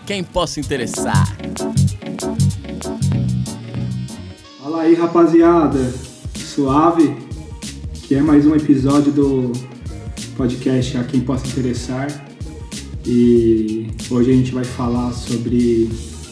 quem possa interessar. Fala aí, rapaziada, suave? Que é mais um episódio do podcast A Quem Possa Interessar. E hoje a gente vai falar sobre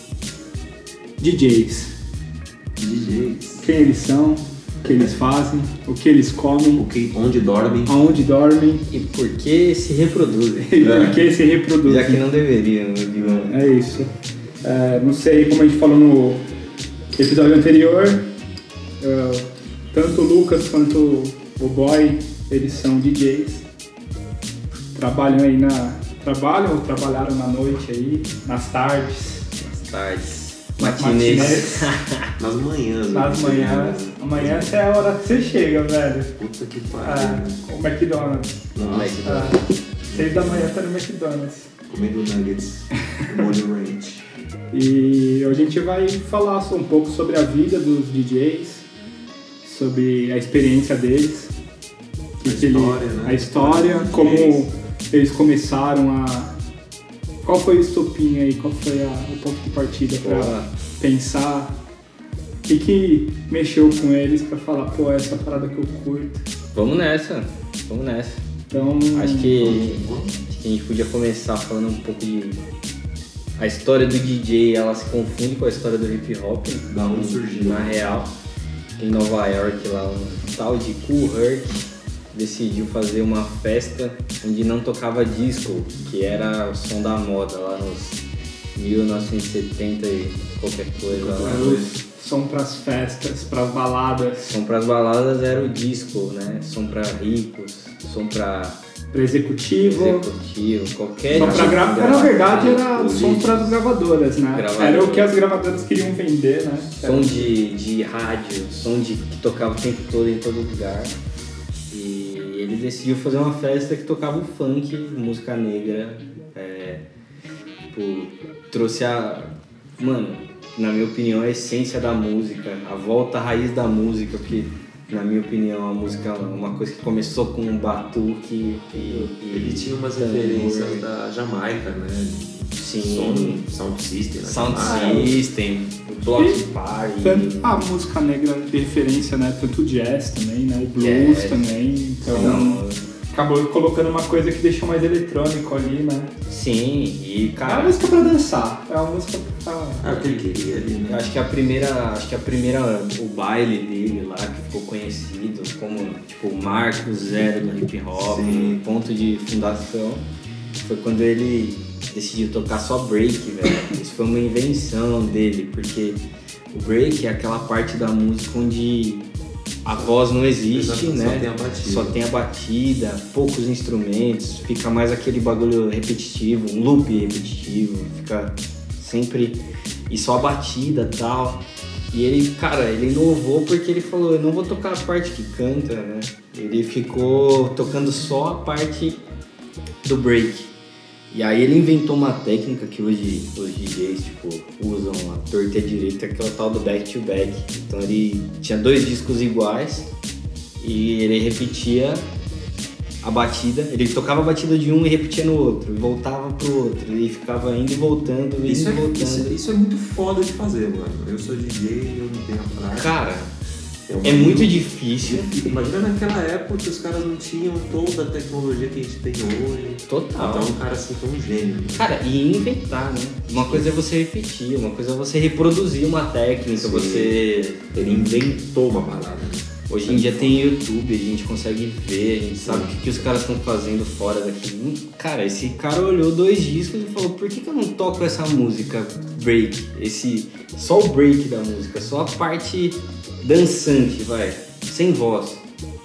DJs. Quem eles são, o que eles fazem, o que eles comem, onde dormem, aonde dormem e por que se reproduzem. Por que se reproduzem. Já que não deveriam, É isso. Não sei, como a gente falou no episódio anterior, tanto o Lucas quanto o Boy, eles são DJs. Trabalham ou trabalharam na noite aí, nas tardes. Matinês. Nas manhãs. Amanhã essa é a hora que você chega, velho. Puta que pariu. O McDonald's. No McDonald's. 6 da manhã tá no McDonald's. Comendo nuggets, molho ranch. E hoje a gente vai falar um pouco sobre a vida dos DJs, sobre a experiência deles, a história, como eles começaram a... Qual foi o estopim aí, qual foi o ponto de partida para pensar, o que mexeu com eles para falar, essa parada que eu curto. Vamos nessa. Então, acho que a gente podia começar falando um pouco de... A história do DJ, ela se confunde com a história do hip hop. Da onde surgiu? Na real, em Nova York, lá um tal de Kool Herc decidiu fazer uma festa onde não tocava disco, que era o som da moda lá nos 1970 e qualquer coisa lá. Som pras festas, pras baladas. Som pras baladas era o disco, né? Som pra ricos, som pra executivo, qualquer som pra na verdade era som pras gravadoras, né? Era o que as gravadoras queriam vender, né? Som de rádio, som que tocava o tempo todo em todo lugar. E ele decidiu fazer uma festa que tocava o funk, música negra. Trouxe mano, na minha opinião, a essência da música, a volta à raiz da música, porque na minha opinião a música é uma coisa que começou com um batuque ele tinha umas referências da Jamaica, né? Sim. Sound System, Block Party. Tanto a música negra de referência, né? Tanto o jazz também, né? O blues também. Então acabou colocando uma coisa que deixou mais eletrônico ali, né? Sim, e cara... É uma música pra dançar, é uma música pra... o que ele queria ali, né? Acho que a primeira, o baile dele lá, que ficou conhecido como, tipo, o marco zero do hip hop, ponto de fundação, foi quando ele decidiu tocar só break, velho. Isso foi uma invenção dele, porque o break é aquela parte da música onde a voz não existe, né? Só tem a batida, poucos instrumentos, fica mais aquele bagulho repetitivo, um loop repetitivo, fica sempre... E só a batida e tal. E ele inovou porque ele falou, eu não vou tocar a parte que canta, né? Ele ficou tocando só a parte do break. E aí ele inventou uma técnica que hoje os DJs usam a torta e a direita, que é o tal do back-to-back. Então ele tinha 2 discos iguais e ele repetia a batida, ele tocava a batida de um e repetia no outro, e voltava pro outro, e ficava indo e voltando, Isso é muito foda de fazer, mano. Eu sou DJ, eu não tenho a prática. Cara, é muito difícil. Imagina naquela época que os caras não tinham toda a tecnologia que a gente tem hoje. Total. Então um cara assim foi um gênio. Cara, e inventar, né? Uma coisa é você repetir, uma coisa é você reproduzir uma técnica, Ele inventou uma parada, né? Hoje em dia tem YouTube, a gente consegue ver, a gente sabe o que os caras estão fazendo fora daqui. Cara, esse cara olhou 2 discos e falou, por que eu não toco essa música break? Só o break da música, só a parte dançante, sem voz.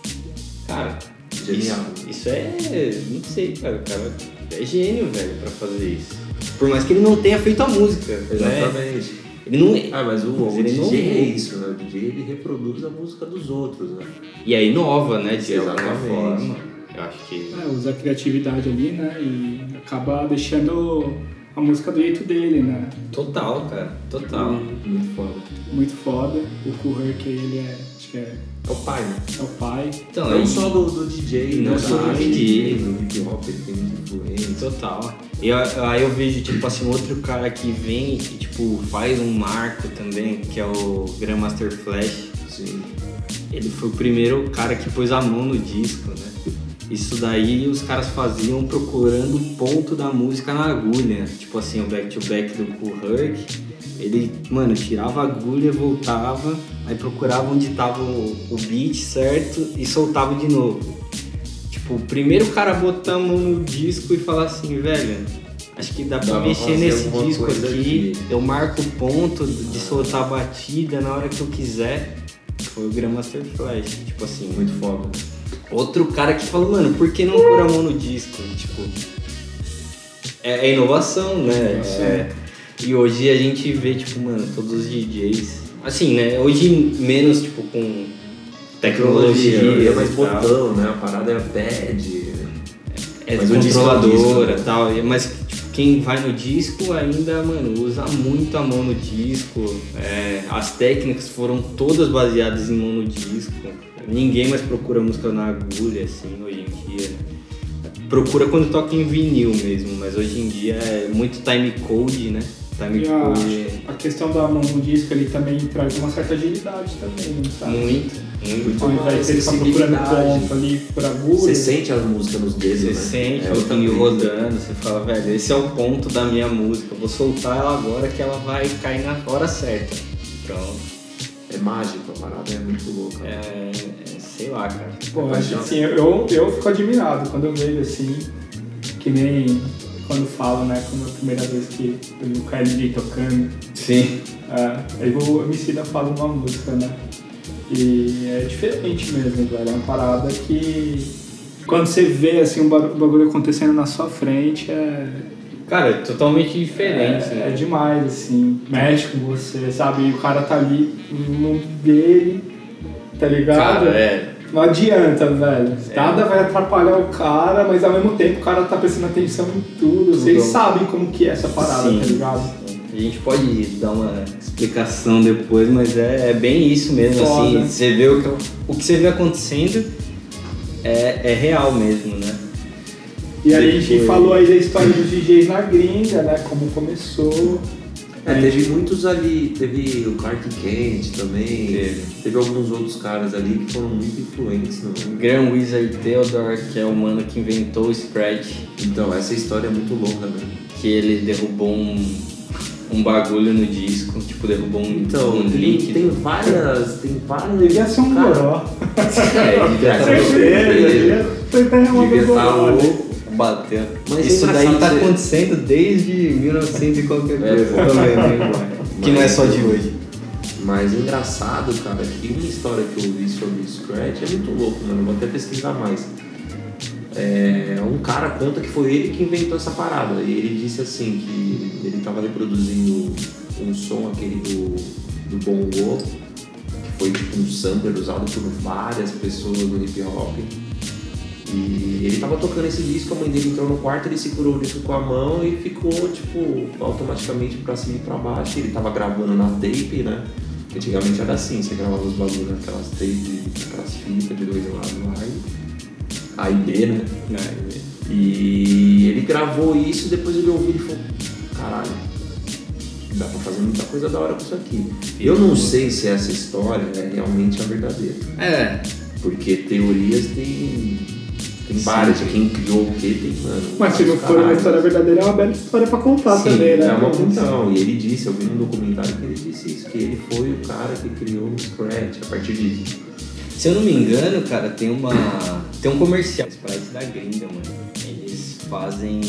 Cara, genial. Isso não sei, cara, o cara é gênio, velho, pra fazer isso. Por mais que ele não tenha feito a música. Exatamente. Né? Ele não é. Mas o DJ é isso, né? O DJ ele reproduz a música dos outros, né? E aí inova, né? De alguma Exatamente. forma. Eu acho que... usa a criatividade ali, né? E acaba deixando a música do jeito dele, né? Total, cara. Total. Muito foda. Muito foda. O Kool Herc, ele é... Acho que é É o pai, né? o pai. Então, Não só do DJ, não né? só do DJ. Do hip hop, ele tem muita influência. Total. E aí eu vejo, tipo assim, outro cara que vem e, tipo, faz um marco também, que é o Grandmaster Flash. Sim. Ele foi o primeiro cara que pôs a mão no disco, né? Isso daí os caras faziam procurando o ponto da música na agulha. Tipo assim, o back-to-back do Kool Herc. Ele, mano, tirava a agulha, voltava, aí procurava onde tava o beat certo e soltava de novo. Tipo, o primeiro cara botar a mão no disco e falar assim, velho, acho que dá pra mexer nesse disco aqui, eu marco o ponto de soltar a batida na hora que eu quiser. Foi o Grandmaster Flash, tipo assim. Muito foda. Outro cara que falou, mano, por que não pôr a mão no disco? Tipo, é inovação, né? E hoje a gente vê, tipo, mano, todos os DJs, assim, né? Hoje menos, tipo, com tecnologia, mais botão, né? A parada é pad, é mas controladora e tal. Mas, tipo, quem vai no disco ainda, mano, usa muito a mão no disco. As técnicas foram todas baseadas em mão no disco. Ninguém mais procura música na agulha, assim, hoje em dia. Procura quando toca em vinil mesmo, mas hoje em dia é muito time code, né? A questão da mão no disco ali também traz uma certa agilidade também, não sabe? Muito. Ao invés de você ficar procurando ponto ali por agulha. Você sente a música nos dedos, né? Você sente o vinil rodando, você fala, velho, esse é o ponto da minha música, eu vou soltar ela agora que ela vai cair na hora certa. Então... É mágico, a parada é muito louca. Sei lá, cara. Pô, assim, eu fico admirado quando eu vejo assim, que nem quando fala, né, como a primeira vez que eu vi o KLJ tocando. Sim. Aí o Emicida fala uma música, né? E é diferente mesmo, velho. É uma parada que quando você vê assim, um bagulho acontecendo na sua frente, cara, é totalmente diferente, né? É demais, assim. Mexe com você, sabe? E o cara tá ali no mundo dele, tá ligado? Cara, Não adianta, velho. Nada vai atrapalhar o cara, mas ao mesmo tempo o cara tá prestando atenção em tudo. Vocês sabem como que é essa parada, tá ligado? A gente pode dar uma explicação depois, mas é bem isso mesmo, assim. Você vê o que você vê acontecendo é real mesmo, né? E aí a gente falou aí da história dos DJs na gringa, né? Como começou. Teve muitos ali, teve o Clark Kent também, teve alguns outros caras ali que foram muito influentes. Grand Wizard Theodore, que é o mano que inventou o Scratch. Então, essa história é muito louca, né? Que ele derrubou um bagulho no disco, tipo, derrubou um líquido. Tem várias... Devia ser um goró. Devia estar louco. Bateu. Mas isso daí tá acontecendo desde 1900 e qualquer coisa. Que não é só de hoje. Mas engraçado, cara, que uma história que eu vi sobre o Scratch é muito louco, mano. Eu vou até pesquisar mais. Um cara conta que foi ele que inventou essa parada. E ele disse assim, que ele tava reproduzindo um som, aquele do bongo, que foi tipo um sampler usado por várias pessoas do hip hop. E ele tava tocando esse disco, a mãe dele entrou no quarto, ele segurou o disco com a mão e ficou, tipo, automaticamente pra cima e pra baixo. Ele tava gravando na tape, né? Antigamente era assim, você gravava os bagulhos naquelas tapes, aquelas fitas de 2 lados lá e A e B, né? E ele gravou isso, depois ele ouviu e falou, caralho, dá pra fazer muita coisa da hora com isso aqui. Eu não sei se essa história é realmente a verdadeira. Porque teorias tem várias, quem criou o que tem, mano. Mas se não for uma história verdadeira, é uma bela história pra contar também, né? É uma função. E ele disse, eu vi num documentário que ele disse isso, que ele foi o cara que criou o Scratch a partir disso. Se eu não me engano, cara, tem um comercial, Sprite da gringa, mano. Eles fazem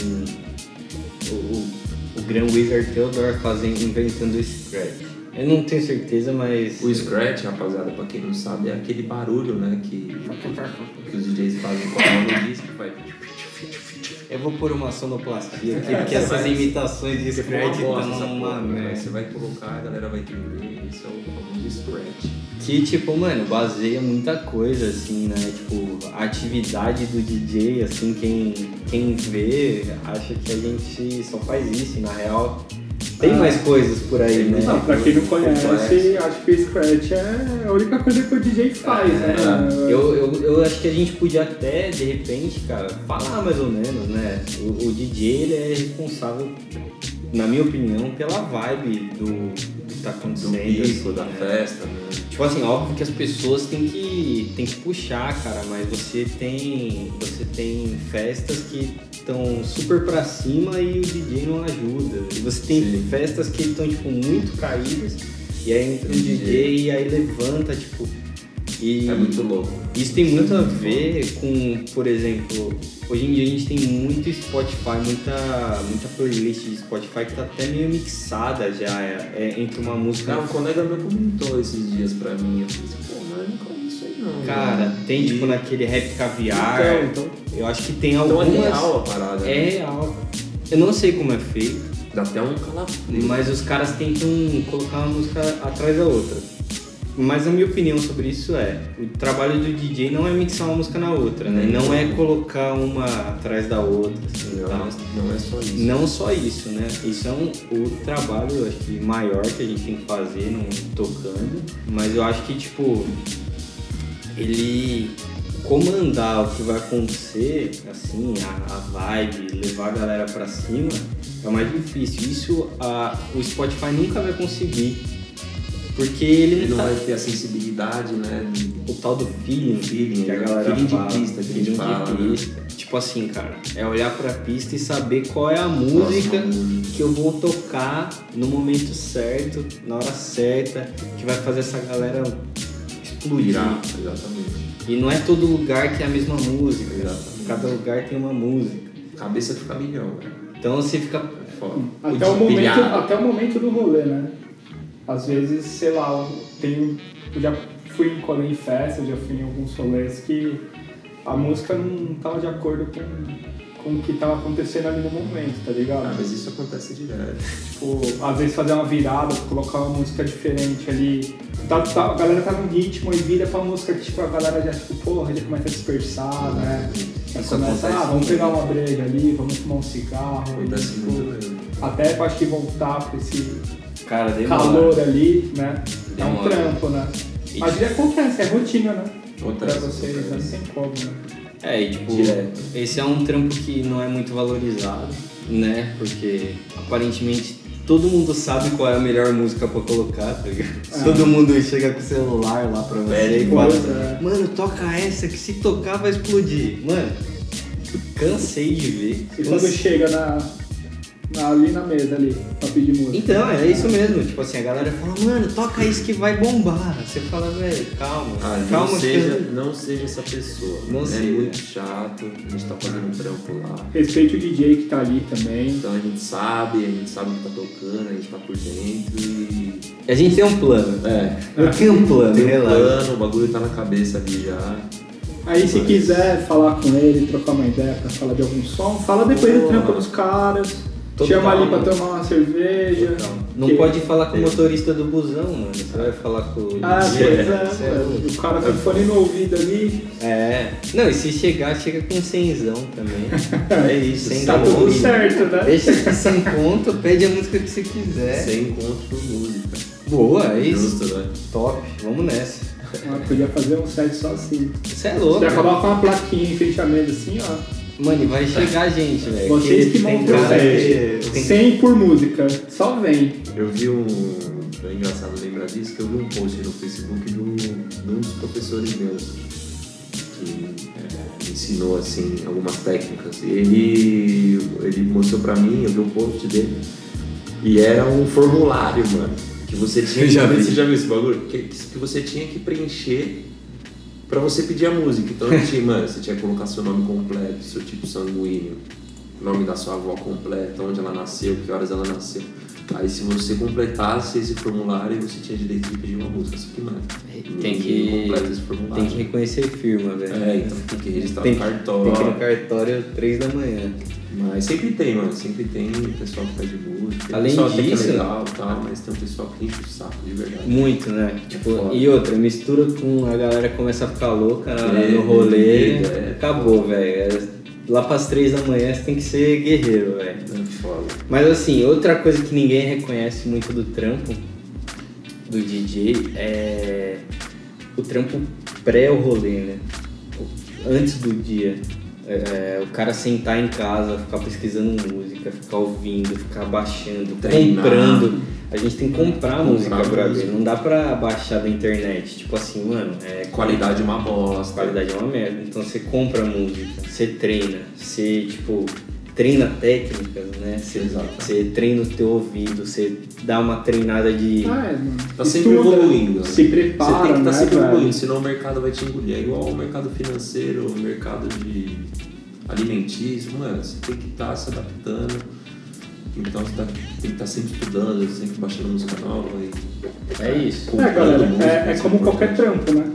o Grand Wizard Theodore inventando o Scratch. Eu não tenho certeza, mas... O Scratch, rapaziada, pra quem não sabe, é aquele barulho, né, que os DJs fazem com a mão no disco, vai... Eu vou pôr uma sonoplastia aqui, porque essas imitações de scratch estão uma merda. Você vai colocar, a galera vai entender. Isso é o famoso scratch. Que, tipo, mano, baseia muita coisa, assim, né? Tipo, a atividade do DJ, assim, quem vê acha que a gente só faz isso. E, na real, tem mais coisas por aí, né? Não, pra quem não conhece, acho que o scratch é a única coisa que o DJ faz, né? Eu acho que a gente podia até, de repente, cara, falar mais ou menos, né? O DJ, ele é responsável, na minha opinião, pela vibe do que tá acontecendo. Do pico, assim, da festa, né? Tipo assim, óbvio que as pessoas têm que puxar, cara, mas você tem festas que estão super pra cima e o DJ não ajuda. E você tem festas que estão, tipo, muito caídas e aí entra o DJ e aí levanta, tipo... E é muito louco. Isso tem muito a ver com, por exemplo, hoje em dia a gente tem muito Spotify, muita playlist de Spotify que tá até meio mixada já, entre uma música... Um colega meu comentou esses dias pra mim, eu falei assim, pô, mas eu nunca vi isso aí não. Cara, tem tipo naquele Rap Caviar, então, eu acho que tem algumas... Então é real a parada. É real. Eu não sei como é feito. Dá até um calafrio. Mas os caras tentam colocar uma música atrás da outra. Mas a minha opinião sobre isso o trabalho do DJ não é mixar uma música na outra, né? Não é colocar uma atrás da outra, assim, não é só isso. Não só isso, né? Isso é o trabalho, acho que, maior que a gente tem que fazer tocando, mas eu acho que, tipo, ele comandar o que vai acontecer, assim, a vibe, levar a galera pra cima, é o mais difícil. Isso o Spotify nunca vai conseguir. Porque ele não vai ter a sensibilidade, né? O tal do feeling que a galera fala. De pista, que a gente fala, né? Tipo assim, cara, é olhar pra pista e saber qual é a música que eu vou tocar no momento certo, na hora certa, que vai fazer essa galera explodir. Exatamente. E não é todo lugar que é a mesma música. Exatamente. Cada lugar tem uma música. A cabeça fica milhão, cara. Então você fica... Até o momento do rolê, né? Às vezes, sei lá, eu já fui em festa, já fui em alguns rolês que a música não estava de acordo com o que estava acontecendo ali no momento, tá ligado? Mas isso acontece direto. Tipo, às vezes fazer uma virada, colocar uma música diferente ali. A galera tá num ritmo e vira pra música que tipo, a galera já, tipo, porra, já começa a dispersar, né? Já começa, vamos pegar uma breja ali, vamos fumar um cigarro. Acontece muito mesmo. Até acho que voltar pra esse... Cara, calor ali, né? É um trampo, né? Mas acontece, é rotina, né? Acontece, pra vocês, não tem como, né? E tipo, esse é um trampo que não é muito valorizado, né? Porque aparentemente todo mundo sabe qual é a melhor música pra colocar, tá ligado? Todo mundo chega com o celular lá pra você e fala, mano, toca essa que se tocar vai explodir. Mano, cansei de ver. E quando chega ali na mesa, ali, pra pedir música. Então, é isso mesmo. Tipo assim, a galera fala, mano, toca isso que vai bombar. Você fala, velho, calma. Calma, não seja essa pessoa. Não seja. Muito chato, a gente tá fazendo um trampo lá. Respeite o DJ que tá ali também. Então a gente sabe o que tá tocando, a gente tá por dentro e... A gente tem um plano. Eu tenho um plano, o bagulho tá na cabeça ali já. Aí se quiser falar com ele, trocar uma ideia pra falar de algum som, fala depois do trampo dos caras. Chama ali pra tomar uma cerveja. Não pode falar com o motorista do busão, mano. Você vai falar com o... O cara com o fone no ouvido ali. Não, e se chega com 100zão também. É isso. Tá tudo certo, né? Deixa de 100 conto, pede a música que você quiser. 100 conto por música. Boa, é isso. Justo, né? Top, vamos nessa. Podia fazer um set só assim. Você é louco. Já coloca uma plaquinha em frente à mesa assim, ó. Mano, vai chegar gente, velho. Vocês que montam o set. 100 por música, só vem. Eu vi é engraçado lembrar disso, que eu vi um post no Facebook de um dos professores meus que me ensinou assim algumas técnicas. E ele mostrou pra mim, eu vi um post dele e era um formulário, mano, que você tinha. Você já viu esse bagulho? Que você tinha que preencher pra você pedir a música. Então você tinha que colocar seu nome completo, seu tipo sanguíneo, nome da sua avó completa, onde ela nasceu, que horas ela nasceu. Aí se você completasse esse formulário, você tinha direito de pedir uma música. Só que, mano, completa esse formulário. Tem que reconhecer firma, velho. Então tem que registrar no cartório. Tem que ir no cartório 3 da manhã. Mas sempre tem, mano. Sempre tem pessoal que pede música. Além pessoal disso, que é legal e tal, mas tem um pessoal que enche o saco, de verdade. Muito, né? Tipo, e outra, mistura com a galera começa a ficar louca no rolê. Acabou, velho. Lá pras 3 da manhã você tem que ser guerreiro, velho. Mas assim, outra coisa que ninguém reconhece muito do trampo do DJ é o trampo pré o rolê, né? Antes do dia. O cara sentar em casa, ficar pesquisando música, ficar ouvindo, ficar baixando, comprando. A gente tem que comprar música pra ver, não dá pra baixar da internet. Tipo assim, mano, qualidade é uma bosta. Qualidade é uma merda. Então você compra música, você treina, você, tipo, treina técnicas, né? Você treina o teu ouvido, você dá uma treinada de... Tá sempre evoluindo. Se prepara, você tem que estar sempre velho? evoluindo, senão o mercado vai te engolir. É igual ao mercado financeiro, o mercado de alimentício, mano. Você tem que estar se adaptando. Então você tem que estar sempre estudando, sempre baixando música nova. É isso. Galera, é como qualquer trampo, né?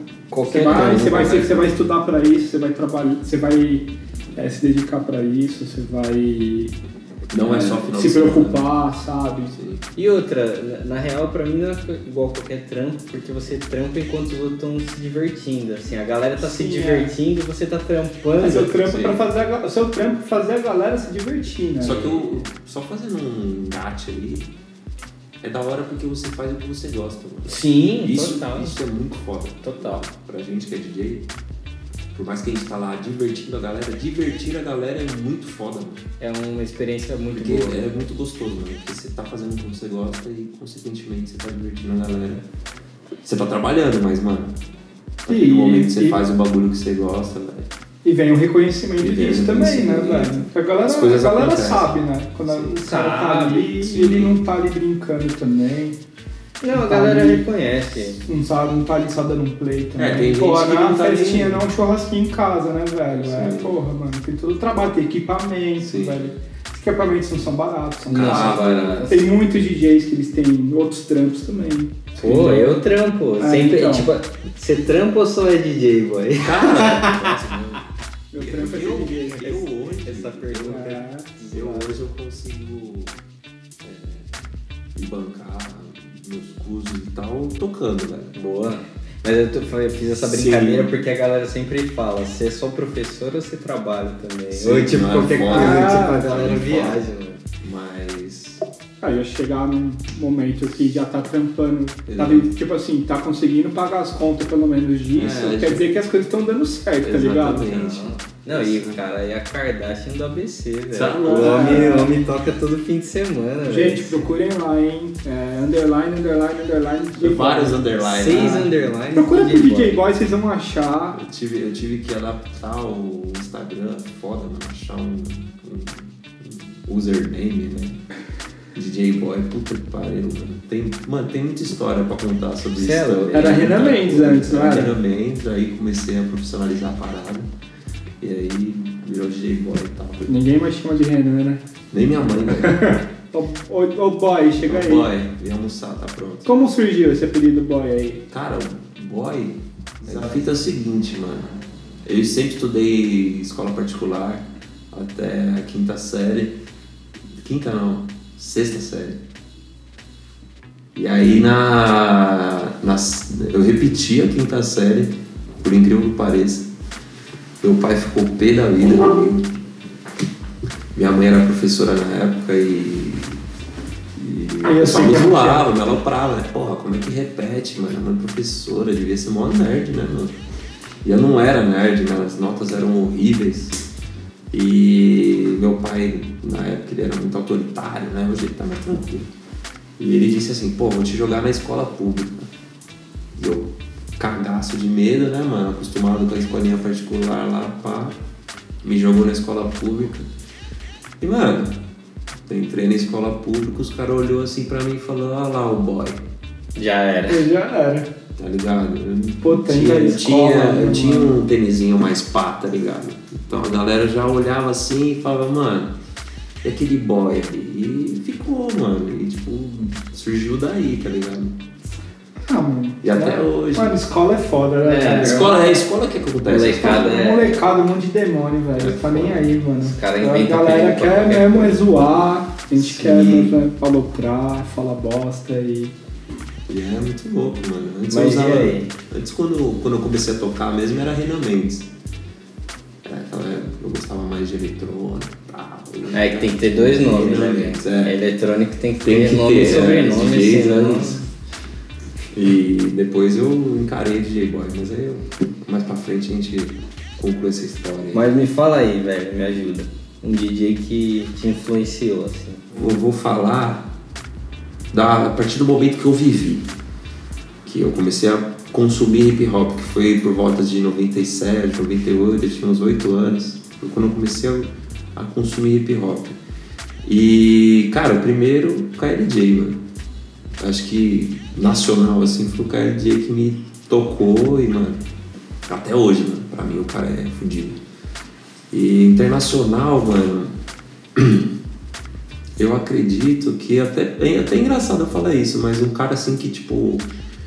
Você vai estudar pra isso, você vai trabalhar, você vai se dedicar pra isso, você vai... Não é só final se preocupar, sabe? Sim. E outra, na real, pra mim não é igual qualquer trampo, porque você trampa enquanto os outros estão se divertindo. Assim, a galera tá se divertindo e você tá trampando. Mas seu trampo é fazer a galera se divertir, né? Só que só fazendo um engate ali é da hora porque você faz o que você gosta, mano. Sim, total. Isso é muito foda. Total. Pra gente que é DJ, por mais que a gente tá lá divertindo a galera, divertir a galera é muito foda, mano. É uma experiência muito boa. Porque é muito gostoso, mano. Porque você tá fazendo o que você gosta e, consequentemente, você tá divertindo a galera. Você tá trabalhando, mas, mano, no momento que você faz o bagulho que você gosta, velho. E vem o reconhecimento disso também, né, velho? A galera sabe, né? Quando o cara tá ali, ele não tá ali brincando também. Não, a galera reconhece. Não tá ali só dando um play também. Tem gente porra, que não é não uma tá festinha, não é um churrasquinho em casa, né, velho? Sim. Porra, mano, tem todo o trabalho, tem equipamento, velho. Os equipamentos não são baratos, são caros. Tem muitos DJs que eles têm outros trampos também. Pô, eu trampo. Sempre, então. Tipo, você trampa ou só é DJ, boy? Cara, meu trampo é DJ. Eu hoje, essa pergunta. Hoje eu consigo me bancar meus cursos e tal, tocando, velho. Boa. Mas eu fiz essa brincadeira porque a galera sempre fala, você é só professor ou você trabalha também? Sim, ou tipo qualquer coisa, tipo, a galera viaja, mano. Mas... Ia chegar num momento que já tá trampando, tipo assim, tá conseguindo pagar as contas pelo menos disso, quer dizer que as coisas estão dando certo, tá ligado? Não, e cara, e a Kardashian do ABC, velho. O homem toca todo fim de semana, velho. Gente, procurem lá, hein? Underline. Vários underlines. 6 underlines. Procura pro DJ Boy, vocês vão achar. Eu tive que adaptar o Instagram, foda, mano, achar um username, né? DJ Boy, puta que pariu, mano. Tem muita história pra contar sobre isso. Era Renan Mendes antes, não era? Renan Mendes, aí comecei a profissionalizar a parada. E aí virou DJ Boy e tal. Ninguém mais chama de Renan, né? Nem minha mãe, velho. Ô Boy, chega aí. Boy, vem almoçar, tá pronto. Como surgiu esse apelido Boy aí? Cara, Boy, a fita é o seguinte, mano. Eu sempre estudei escola particular até a 5ª série. 5ª não, 6ª série. E aí eu repeti a 5ª série, por incrível que pareça. Meu pai ficou pé da vida comigo. Minha mãe era professora na época e eu só me zoava, me aloprava, né? Porra, como é que repete, mano? Uma professora, devia ser mó nerd, né, mano? E eu não era nerd, né? As notas eram horríveis. E meu pai, na época, ele era muito autoritário, né? Hoje ele tá mais tranquilo. E ele disse assim, pô, vou te jogar na escola pública. E eu, cagaço de medo, né, mano? Acostumado com a escolinha particular lá, pá. Me jogou na escola pública. E, mano, eu entrei na escola pública, os caras olhou assim pra mim e falou, olha lá o boy. Já era. Tá ligado? Eu tinha um tênisinho mais pá, tá ligado? Então a galera já olhava assim e falava, mano, e aquele boy ali? E ficou, mano. E tipo, surgiu daí, tá ligado? Mano. E até hoje. Mano, escola é foda, né? Escola que acontece. Molecada, um monte de demônio, velho. Tá nem aí, mano. Os caras A galera quer mesmo zoar, a gente quer mesmo paloprar, falar bosta e... E é muito louco, mano. Antes quando eu comecei a tocar mesmo, era Renan Mendes. Era aquela época que eu gostava mais de eletrônica e tal. É que tem que ter 2 nomes, né, velho? Eletrônico tem que ter nome e sobrenome, senão... E depois eu encarei DJ Boy, mas aí mais pra frente a gente conclui essa história aí. Mas me fala aí, velho, me ajuda. Um DJ que te influenciou, assim. Eu vou falar a partir do momento que eu vivi. Que eu comecei a consumir hip hop, que foi por volta de 97, 98, eu tinha uns 8 anos. Foi quando eu comecei a consumir hip hop. E, cara, o primeiro, KLJ, mano. Acho que nacional, assim, foi o KLJ que me tocou e, mano, até hoje, mano, pra mim o cara é fodido. E internacional, mano, eu acredito que é até engraçado eu falar isso, mas um cara assim que, tipo,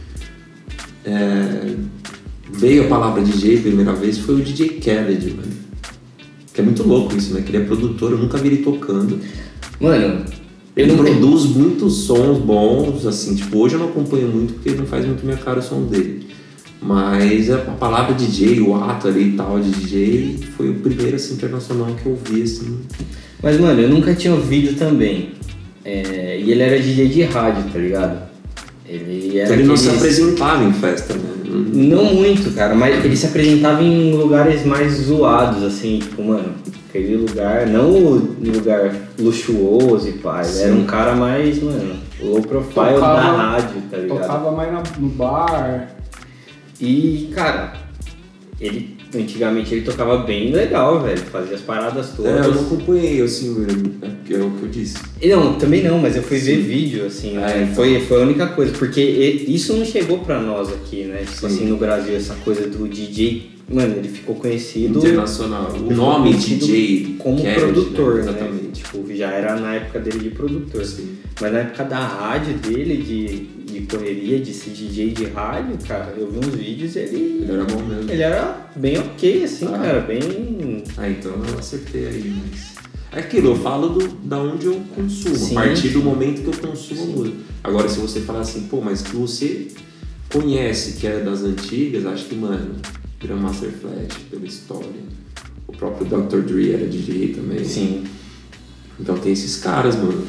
veio a palavra DJ a primeira vez foi o DJ Khaled, mano. Que é muito louco isso, né? Que ele é produtor, eu nunca vi ele tocando. Mano, ele produz muitos sons bons, assim, tipo, hoje eu não acompanho muito porque não faz muito minha cara o som dele. Mas a palavra DJ, o ato ali e tal de DJ, foi o primeiro, assim, internacional que eu vi, assim. Mas, mano, eu nunca tinha ouvido também. E ele era DJ de rádio, tá ligado? Ele não se apresentava em festa, né? Não muito, cara, mas ele se apresentava em lugares mais zoados, assim, tipo, mano, aquele lugar, não um lugar luxuoso e pá, ele era um cara mais, mano, low profile da rádio, tá ligado? Tocava mais no bar. E, cara, antigamente ele tocava bem legal, velho, fazia as paradas todas. Eu não acompanhei, assim, é o que eu disse. Não, também não, mas eu fui ver vídeo, assim, né? Então. Foi a única coisa, porque isso não chegou pra nós aqui, né? Tipo assim, no Brasil, essa coisa do DJ, mano, ele ficou conhecido... Internacional, o nome DJ como produtor, né? Exatamente. Tipo, já era na época dele de produtor. Sim. Mas na época da rádio dele, de correria, de ser DJ de rádio, cara, eu vi uns vídeos e ele era bom mesmo. Ele era bem ok, assim, cara, bem... Então eu acertei aí, mas... É aquilo, eu falo da onde eu consumo, Sim, a partir do momento que eu consumo a música. Agora, se você falar assim, pô, mas que você conhece, que é das antigas, acho que, mano, Grandmaster Flash, pela história. O próprio Dr. Dre era DJ também. Sim. Então tem esses caras, mano.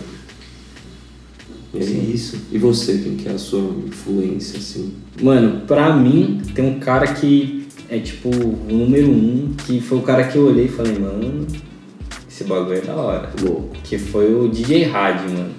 E é isso. E você, quem que é a sua influência, assim? Mano, pra mim, tem um cara que é tipo o número 1, que foi o cara que eu olhei e falei, mano, esse bagulho é da hora. Louco. Que foi o DJ Had, mano.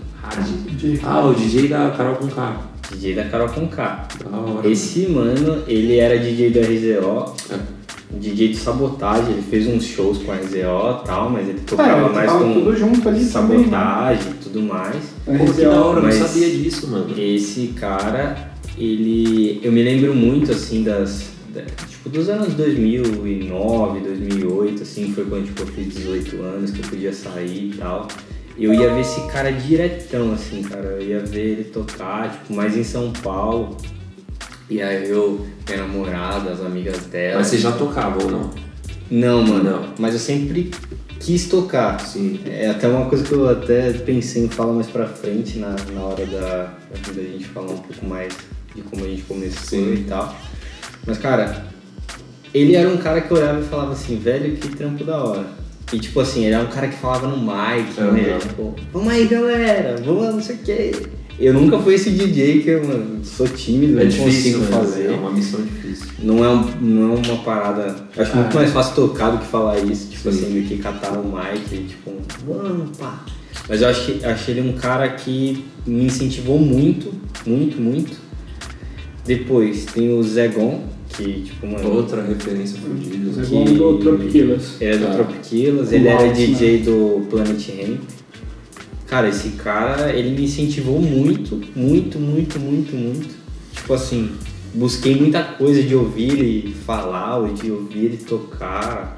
O DJ da Carol com K. DJ da Carol com K. Da hora. Esse mano, ele era DJ do RZO, DJ de Sabotagem, ele fez uns shows com a RZO e tal, mas ele tocava mais com tudo junto ali Sabotagem e tudo mais. Pô, que da hora, eu não sabia disso, mano. Esse cara, eu me lembro muito, assim, dos anos 2009, 2008, assim, foi quando tipo, eu fiz 18 anos, que eu podia sair e tal. Eu ia ver esse cara diretão, assim, cara, eu ia ver ele tocar, tipo, mais em São Paulo. E aí minha namorada, as amigas dela... Mas você já tocava ou não? Não, mano, não. Mas eu sempre quis tocar. Sim. É até uma coisa que eu até pensei em falar mais pra frente, na hora da gente falar um pouco mais de como a gente começou. Sim. E tal. Mas, cara, ele era um cara que eu olhava e falava assim, velho, que trampo da hora. E, tipo assim, ele era um cara que falava no mic, né? Tipo, vamos aí, galera, vamos lá, não sei o quê. Eu nunca fui esse DJ que eu, mano, sou tímido, não consigo fazer. É uma missão difícil. Não é uma parada... Eu acho muito mais fácil tocar do que falar isso, tipo assim, do que catar um mic e, tipo, vamos, pá. Mas eu achei ele um cara que me incentivou muito, muito, muito. Depois tem o Zegon, que, tipo, mano... Outra referência fodida. O Zegon do Tropiquilas. Ele é do Tropiquilas, ele era DJ do Planet Hemp. Cara, esse cara, ele me incentivou muito, muito, muito, muito, muito. Tipo assim, busquei muita coisa de ouvir ele falar, ou de ouvir ele tocar.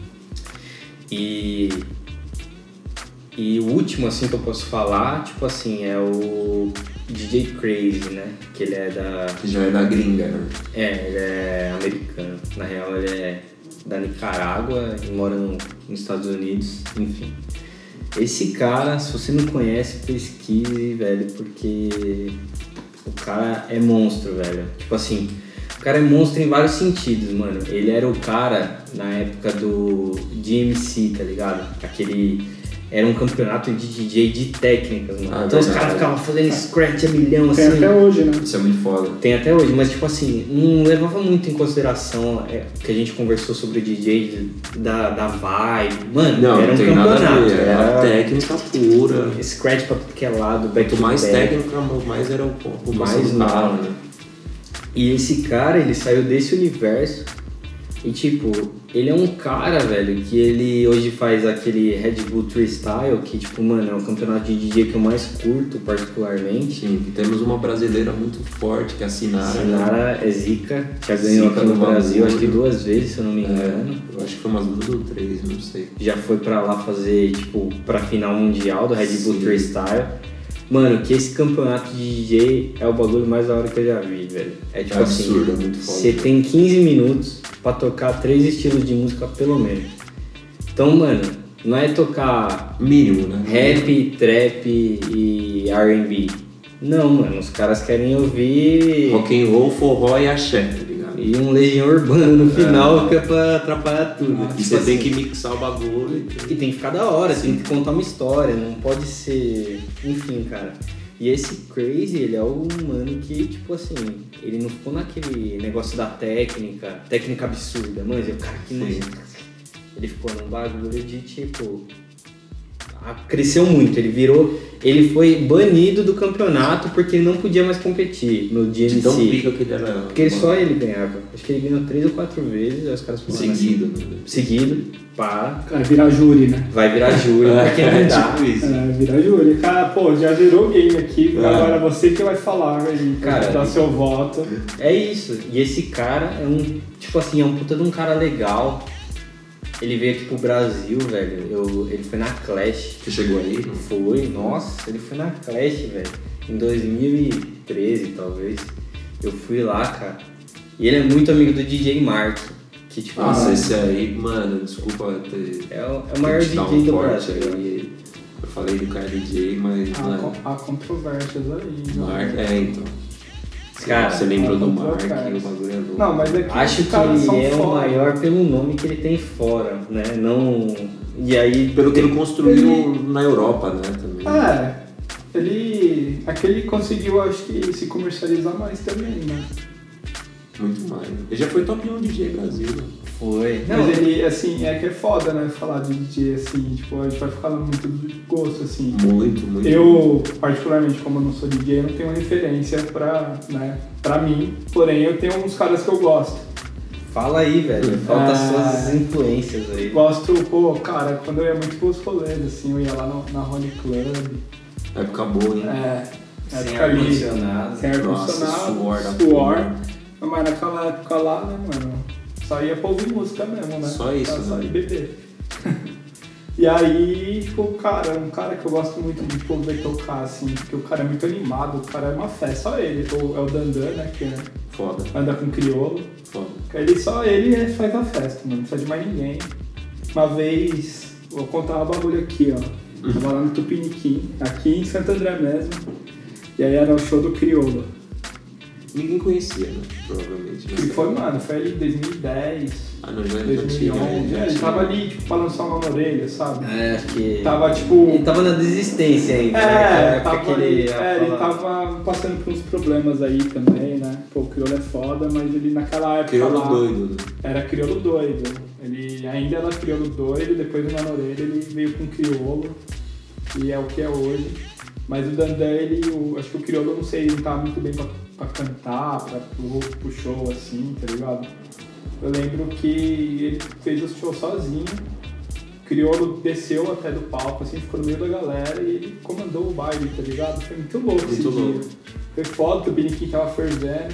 E o último, assim, que eu posso falar, tipo assim, é o DJ Crazy, né? Que ele é da... Que já é da gringa, né? Ele é americano. Na real, ele é da Nicarágua e mora nos Estados Unidos, enfim. Esse cara, se você não conhece, pesquise, velho, porque o cara é monstro, velho. Tipo assim, o cara é monstro em vários sentidos, mano. Ele era o cara na época do DMC, tá ligado? Era um campeonato de DJ de técnicas, mano. Então os caras ficavam fazendo scratch a milhão, assim. Tem até hoje, né? Isso é muito foda. Tem até hoje, mas tipo assim, não levava muito em consideração que a gente conversou sobre o DJ da vibe. Mano, não, era um tem campeonato. Nada a ver, era técnica pura. Scratch pra tudo que é lado, back Quanto mais técnica, mais era o mais mal, né? E esse cara, ele saiu desse universo e tipo, ele é um cara, velho, que ele hoje faz aquele Red Bull Freestyle, que tipo, mano, é o campeonato de DJ que eu mais curto particularmente. Sim, e temos uma brasileira muito forte, que é a Sinara. Sinara é zica, já ganhou aqui no Brasil, acho que 2 vezes, se eu não me engano. Eu acho que foi umas 2 ou 3, não sei. Já foi pra lá fazer, tipo, pra final mundial do Red Bull Freestyle. Mano, que esse campeonato de DJ é o bagulho mais da hora que eu já vi, velho. É tipo absurdo, assim, é muito foda. você tem 15 minutos pra tocar 3 estilos de música pelo menos. Então, mano, não é tocar mínimo, né? Rap, trap e R&B. Não, mano, os caras querem ouvir rock and roll, forró e axé, tá ligado? E um Legião Urbana no final que é pra atrapalhar tudo. E você tem que mixar o bagulho. E tem que ficar da hora, tem que contar uma história, não pode ser... Enfim, cara. E esse Crazy, ele é o mano que, tipo assim, ele não ficou naquele negócio da técnica absurda, mas é o cara que não... Ele ficou num bagulho de, tipo... Cresceu muito, ele foi banido do campeonato porque ele não podia mais competir no DMC. De tão pica que ele era. Porque só ele ganhava. Acho que ele ganhou 3 ou 4 vezes, aí os caras falaram seguido, assim, né? Seguido, pá. Vai virar júri, né? Vai virar júri, porque não dá. Tipo isso. Virar júri. Cara, pô, já virou game aqui, agora você que vai falar, aí, cara, dar seu voto. É isso. E esse cara é um, tipo assim, é um puta de um cara legal. Ele veio aqui pro Brasil, velho. Ele foi na Clash. Você chegou aí? Foi, nossa, ele foi na Clash, velho. Em 2013, talvez. Eu fui lá, cara. E ele é muito amigo do DJ Mark. Que, tipo, nossa, esse aí, mano, desculpa ter. É o maior DJ do Brasil. Aí. Eu falei do cara DJ, mas. Há controvérsias aí. Mark, então. Cara, você lembrou do Mark, o bagulho é louco. Não, mas é que acho que ele é o maior pelo nome que ele tem fora, né? Não... E aí... Pelo que ele construiu na Europa, né? Também. Ele conseguiu, acho que, se comercializar mais também, né? Muito mais. Ele já foi top 1 DJ Brasil, né? Foi. Mas ele, assim, é que é foda, né? Falar de DJ, assim, tipo, a gente vai ficar muito do gosto, assim. Muito. Eu, particularmente, como eu não sou DJ, não tenho referência pra mim, porém eu tenho uns caras que eu gosto. Fala aí, velho. Falta suas influências aí. Gosto, cara, quando eu ia muito pros rolês, assim, eu ia lá na Honey Club. Época boa, hein? Sem ar-condicionado. Sem ar-condicionado. Suor. Mas naquela época lá, né, mano? Só ia pra ouvir música mesmo, né? Só isso, só né? ir beber. E aí, tipo, cara, um cara que eu gosto muito de ver tocar, assim, porque o cara é muito animado, o cara é uma festa, só ele. É o Dandan, né, que foda. Anda com crioulo. Foda. Só ele faz a festa, mano, não precisa de mais ninguém. Uma vez, vou contar um bagulho aqui, ó. Tava lá no Tupiniquim, aqui em Santo André mesmo. E aí era o show do Crioulo. Ninguém conhecia, né? Provavelmente. Ele foi ali em 2010, não, já 2011. Ele tava ali, tipo, pra lançar uma na orelha, sabe? Acho que... Tava, tipo... Ele tava na desistência ainda, né? Ele tava passando por uns problemas aí também, né? Pô, o Crioulo é foda, mas ele naquela época Crioulo lá... doido, né? Era Crioulo doido. Ele ainda era Crioulo doido, depois do Mano Orelha ele veio com Crioulo, e é o que é hoje. Mas o Dandan, acho que o Crioulo, não sei, não tava muito bem pra cantar, pro show, assim, tá ligado? Eu lembro que ele fez o show sozinho, o Crioulo desceu até do palco, assim, ficou no meio da galera e ele comandou o baile, tá ligado? Foi muito louco esse dia. Foi foda, que o Biniquim tava fervendo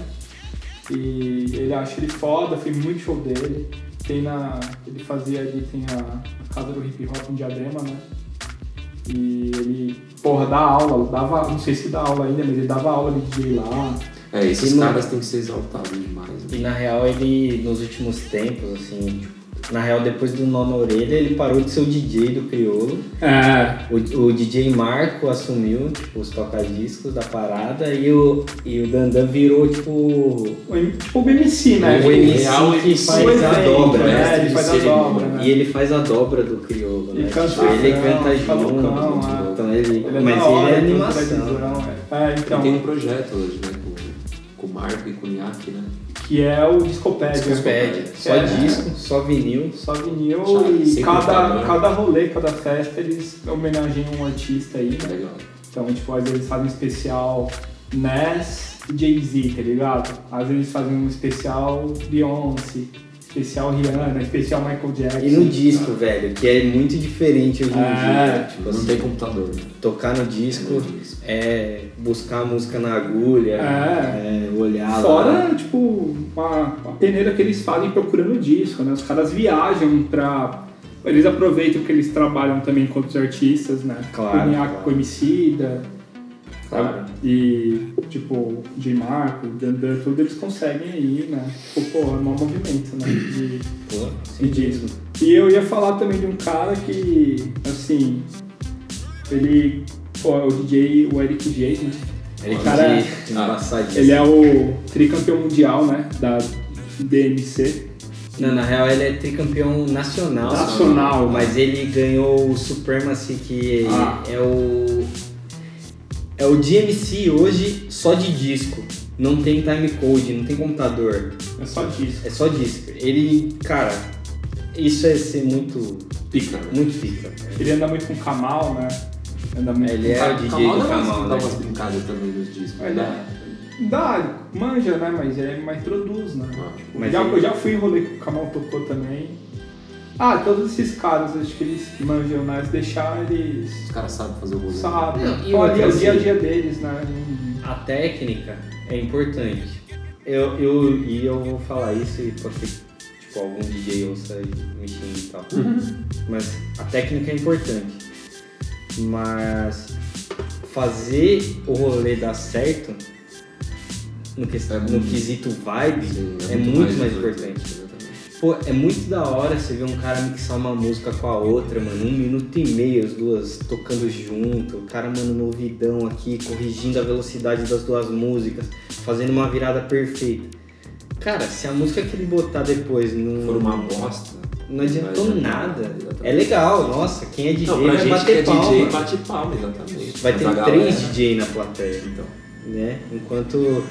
e ele acha ele foda, foi muito show dele. Ele fazia ali, tem a casa do hip hop em Diadema, né? E ele porra, dá aula, dava, não sei se dá aula ainda, mas ele dava aula de DJ lá. Esses caras têm que ser exaltados demais. Né? E na real ele, nos últimos tempos, assim, na real depois do Nó na Orelha, ele parou de ser o DJ do Criolo. O DJ Marco assumiu, tipo, os toca-discos da parada e o Dandan virou, tipo o MC, né? O MC que faz a dobra, né? Ele faz a dobra, né? E ele faz a dobra do Criolo, né? Ele canta junto. Então ele é animação. Então. Tem um projeto hoje, né? Com o Marco e com o Niak, né? Que é o Discopédia. Só disco, só vinil. E cada rolê, cada festa, eles homenageiam um artista aí, né? Legal. Então, tipo, às vezes eles fazem um especial Nas e Jay-Z, tá ligado? Às vezes fazem um especial Beyoncé, especial Rihanna, especial Michael Jackson. E no disco, velho, que é muito diferente hoje em dia. Tipo, não tem computador. Tocar no disco é buscar a música na agulha, olhar fora, lá. Fora, tipo, a peneira que eles fazem procurando o disco, né? Os caras viajam pra... Eles aproveitam que eles trabalham também com outros artistas, né? Claro. Com Emicida. Claro. E, tipo, J. Marco, Dandan, tudo eles conseguem aí, né? Tipo, porra, é um mau movimento, né? De disco. E eu ia falar também de um cara que, assim, ele... Pô, é o DJ, o Eric J, né? Ele é o tricampeão mundial, né? Da DMC. Não, na real ele é tricampeão nacional. Mas ele ganhou o Supremacy, que é o DMC hoje só de disco. Não tem timecode, não tem computador. É só disco. É só disco. Ele, cara, isso é ser muito pica, né? Muito pica. Ele anda muito com o Kamal, né? Ele é o DJ do Kamal, dá umas brincadas também nos discos. Dá, manja, né? Mas ele mais produz, né? Eu já fui em rolê que o Kamal tocou também. Todos esses caras, acho que eles manjam, né? Deixar eles... Os caras sabem fazer o rolê. Sabem. Olha, o dia a dia deles, né? A técnica é importante. Eu vou falar isso e pode ser tipo algum DJ ouça mexendo e tal. Mas a técnica é importante. Mas fazer o rolê dar certo no quesito vibe é muito mais importante. Pô, é muito da hora você ver um cara mixar uma música com a outra, mano, 1 minuto e meio, as duas tocando junto, o cara, mano, no ouvidão aqui, corrigindo a velocidade das duas músicas, fazendo uma virada perfeita. Cara, se a música que ele botar depois não... For uma bosta... Não adiantou nada. É legal, nossa, quem é DJ vai bater palma. DJ bate palma, exatamente. Vai ter 3 DJ na plateia, então. Né? Enquanto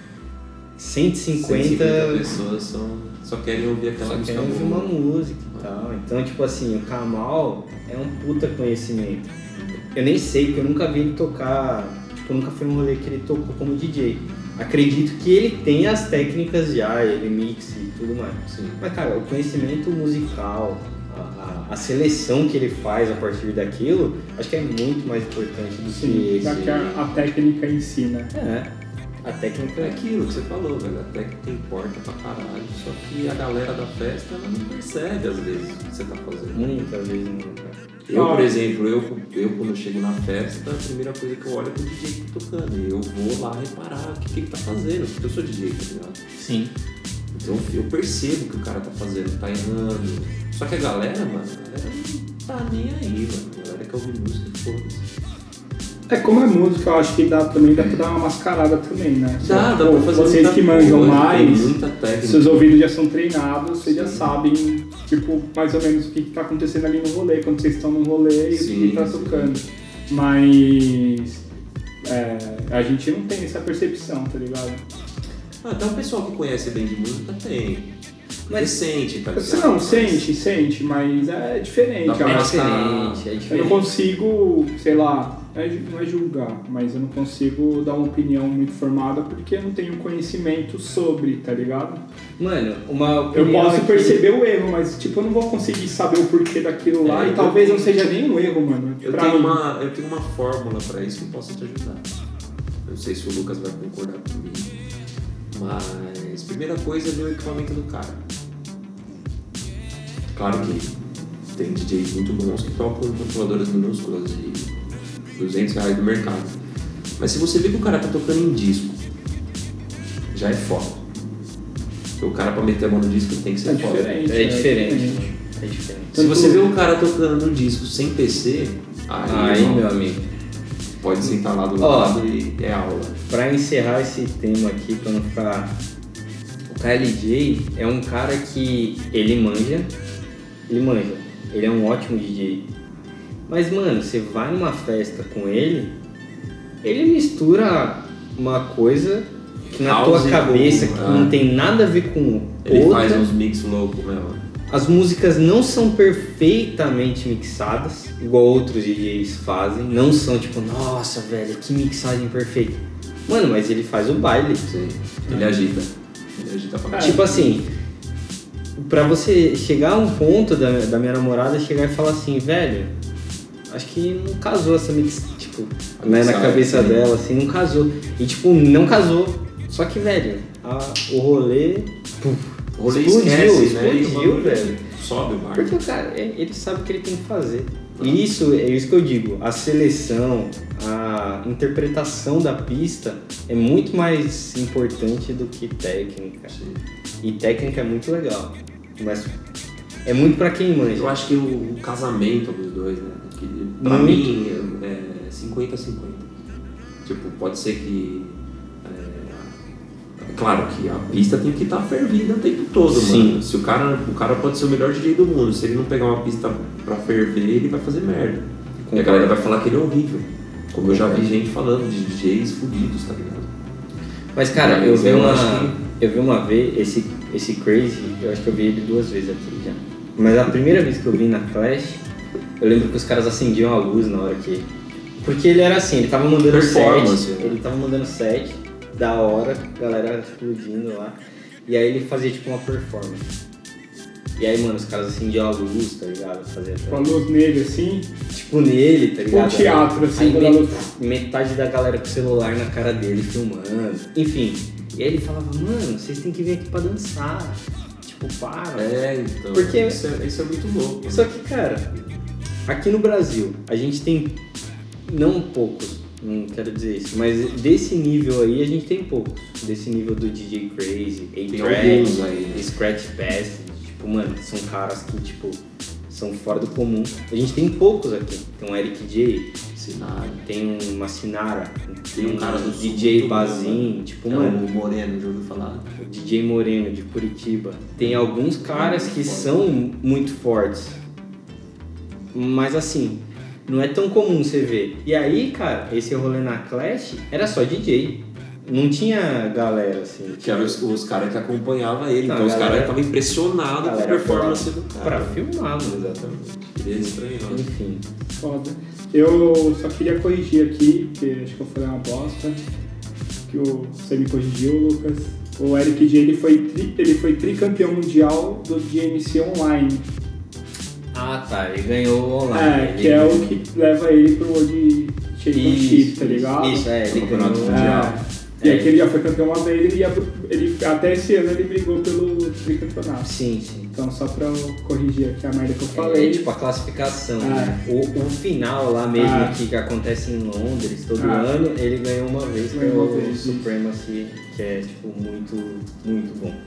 150 pessoas só querem ouvir aquela música. Só querem ouvir uma música e tal. Então, tipo assim, o Kamal é um puta conhecimento. Eu nem sei, porque eu nunca vi ele tocar. Tipo, nunca foi um rolê que ele tocou como DJ. Acredito que ele tem as técnicas já, ele mixa e tudo mais. Sim. Mas, cara, o conhecimento musical, a seleção que ele faz a partir daquilo, acho que é muito mais importante do que a técnica em si, né? A técnica é aquilo que você falou, velho. A técnica importa pra caralho. Só que a galera da festa, ela não percebe às vezes o que você tá fazendo. Muitas vezes não, cara. Eu, por exemplo, eu quando eu chego na festa, a primeira coisa que eu olho é pro DJ que tá tocando. E eu vou lá reparar o que ele tá fazendo, porque eu sou DJ, tá ligado? Sim. Então eu percebo o que o cara tá fazendo, tá errando. Só que a galera, mano, não tá nem aí, mano. A galera quer ouvir música e foda-se. Como é música, eu acho que dá pra dar uma mascarada também, né? Dá pra fazer. Vocês que manjam mais, técnica. Seus ouvidos já são treinados, vocês já sabem, tipo, mais ou menos o que tá acontecendo ali no rolê, quando vocês estão no rolê e o que tá tocando. Mas a gente não tem essa percepção, tá ligado? Até o pessoal que conhece bem de música tem. Mas sente, tá ligado? Não, sente, mas é diferente. É diferente. Eu não consigo, sei lá, não é julgar, mas eu não consigo dar uma opinião muito formada porque eu não tenho conhecimento sobre, tá ligado? Mano, uma opinião. Eu posso perceber o erro, mas tipo, eu não vou conseguir saber o porquê daquilo lá e talvez não seja nem um erro, mano. Eu tenho uma fórmula pra isso que possa te ajudar. Eu não sei se o Lucas vai concordar comigo. Mas, primeira coisa é ver o equipamento do cara. Claro que tem DJs muito bons que tocam controladoras minúsculas e R$200 do mercado. Mas se você vê que o cara tá tocando em disco, já é foda. Porque o cara pra meter a mão no disco tem que ser foda. É diferente. Se você vê um cara tocando no disco sem PC, aí meu amigo, pode sentar lá do lado e é aula. Pra encerrar esse tema aqui, pra não ficar... O KLJ é um cara que ele manja, ele é um ótimo DJ. Mas, mano, você vai numa festa com ele mistura uma coisa que na tua cabeça que não tem nada a ver com ele outra. Faz uns mix loucos mesmo. As músicas não são perfeitamente mixadas, igual outros DJs fazem. Não são tipo, nossa, velho, que mixagem perfeita. Mano, mas ele faz o baile. Sim. Ele agita pra caralho. Tipo assim, pra você chegar a um ponto da minha namorada chegar e falar assim, velho, acho que não casou essa mix, tipo, né, na cabeça dela, assim, não casou. E tipo, não casou. Só que, velho, o rolê... O rolê explodiu, velho. Sobe o bar. Porque o cara, ele sabe o que ele tem que fazer. E isso é isso que eu digo. A seleção, a interpretação da pista é muito mais importante do que técnica. Sim. E técnica é muito legal. Mas é muito pra quem manja. Eu acho que o casamento dos dois, né? Que, pra mim é 50-50. Tipo, pode ser que... Claro que a pista tem que estar fervida o tempo todo, Sim. Mano. Se o cara pode ser o melhor DJ do mundo, se ele não pegar uma pista pra ferver, ele vai fazer merda. E a galera vai falar que ele é horrível. Como eu já vi gente falando de DJs fudidos, tá ligado? Mas, cara, eu vi uma vez, esse Crazy, eu acho que eu vi ele 2 vezes aqui já. Mas a primeira vez que eu vi na Clash, eu lembro que os caras acendiam a luz na hora que... Porque ele era assim, ele tava mandando set, da hora, a galera explodindo lá. E aí ele fazia tipo uma performance. E aí, mano, os caras acendiam a luz, tá ligado? Fazia com a luz nele assim? Tipo nele, tá ligado? Um teatro assim, aí metade da galera com o celular na cara dele filmando. Enfim. E aí ele falava, mano, vocês têm que vir aqui pra dançar. Tipo, para. Então. Porque isso é muito louco. Só que, cara, aqui no Brasil, a gente tem, não poucos, não quero dizer isso, mas desse nível aí a gente tem poucos. Desse nível do DJ Crazy, A-Track, Scratch Pass, tipo, mano, são caras que, tipo, são fora do comum. A gente tem poucos aqui. Tem um Eric J, tem uma Sinara, tem um cara do DJ Bazin, tipo, mano... O Moreno, já ouviu falar? O DJ Moreno, de Curitiba. Tem alguns caras que são muito fortes. Mas assim, não é tão comum você ver. E aí, cara, esse rolê na Clash era só DJ. Não tinha galera, assim. Que eram os caras que acompanhavam ele. Não, então os caras estavam impressionados com a performance do cara. Pra filmar, exatamente. Queria estranho. Enfim. Foda. Eu só queria corrigir aqui, porque acho que eu falei uma bosta. Que você me corrigiu, Lucas. O Eric J, ele foi tricampeão mundial do DMC Online. Ah, tá. Ele ganhou online. Que é o que leva ele pro World Championship, tá ligado? Isso, ele ganhou mundial. E aqui ele já foi campeão uma vez, ele até esse ano ele brigou pelo tricampeonato. Sim. Então só pra eu corrigir aqui a merda que eu falei. É tipo a classificação, né? O final lá mesmo que acontece em Londres todo ano, ele ganhou uma vez pelo Supremacy, que é tipo muito, muito bom.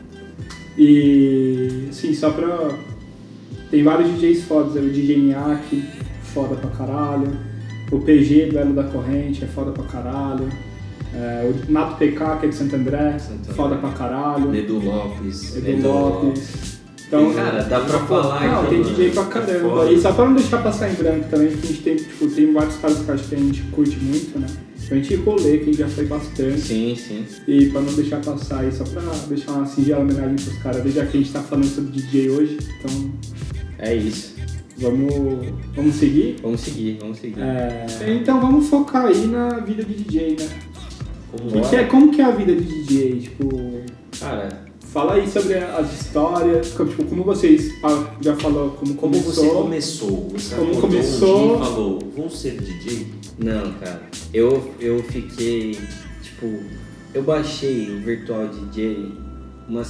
E sim, só pra... Tem vários DJs fodas, o DJ Niak, foda pra caralho. O PG, Belo da Corrente, é foda pra caralho. O Nato PK, que é de Santo André, foda pra caralho. Edu Lopes. Então, cara, dá pra falar. Não, tem DJ pra caramba. E só pra não deixar passar em branco também, porque a gente tem, tipo, tem vários caras que acho que a gente curte muito, né? A gente rolê, que já foi bastante. Sim. E pra não deixar passar aí, só pra deixar uma singela homenagem pros caras, desde que a gente tá falando sobre DJ hoje, então... É isso. Vamos seguir? Vamos seguir. Então vamos focar aí na vida de DJ, né? Como que é a vida de DJ? Tipo, cara, fala aí sobre as histórias, tipo, como vocês já falou, como você começou? Você como começou? Um dia e falou, vamos ser DJ? Não, cara. Eu fiquei, tipo, eu baixei o Virtual DJ umas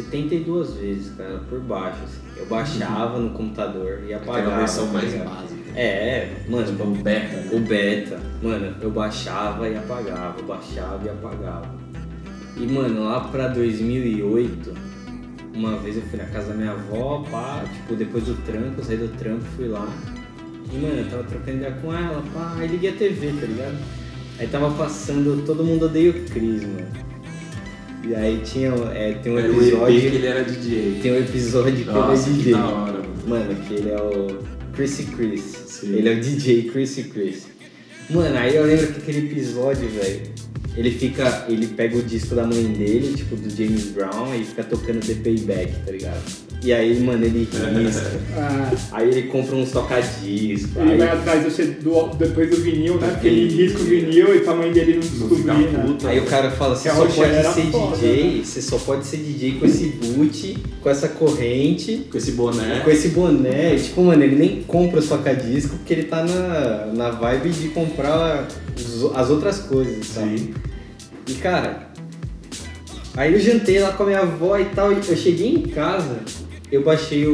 72 vezes, cara, por baixo, assim. Eu baixava no computador e apagava. Aquela versão mais básica. Mano, tipo, o beta. O beta. Mano, eu baixava e apagava, baixava e apagava. E, mano, lá pra 2008, uma vez eu fui na casa da minha avó, pá, tipo, depois do trampo, eu saí do trampo, fui lá. E, mano, eu tava trocando ideia com ela, pá, aí liguei a TV, tá ligado? Aí tava passando Todo Mundo Odeia o Chris, mano. E aí tem um episódio... que ele era DJ. Tem um episódio que Nossa, ele é DJ. Que da hora, mano, que ele é o Chrissy Chris. Sim. Ele é o DJ Chrissy Chris. Mano, aí eu lembro que aquele episódio, velho, ele pega o disco da mãe dele, tipo, do James Brown, e fica tocando The Payback, tá ligado? E aí, mano, ele risca. Aí ele compra uns toca-disco. Ele vai atrás depois do vinil, né? Porque ele risca o vinil e a mãe dele não descobrir, né? Aí o cara fala, você só pode ser DJ, você só pode ser DJ com esse boot, com essa corrente, com esse boné. Com esse boné. Tipo, mano, ele nem compra o toca-disco porque ele tá na vibe de comprar as outras coisas, sabe? Sim. E cara, aí eu jantei lá com a minha avó e tal, e eu cheguei em casa, eu baixei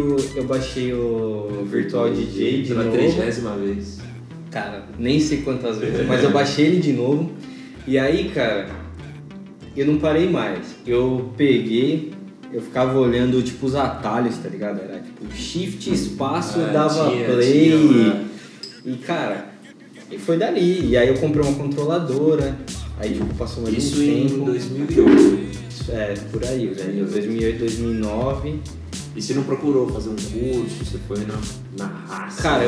o Virtual DJ de novo. Pela 30ª vez. Cara, nem sei quantas vezes, mas eu baixei ele de novo. E aí, cara, eu não parei mais. Eu peguei, eu ficava olhando tipo os atalhos, tá ligado? Era tipo shift, espaço, dava play. E cara, e foi dali. E aí eu comprei uma controladora. Aí tipo, passou mais Isso um tempo. em 2008. Por aí, velho. 2008, 2009. E você não procurou fazer um curso? Você foi na raça? Cara, eu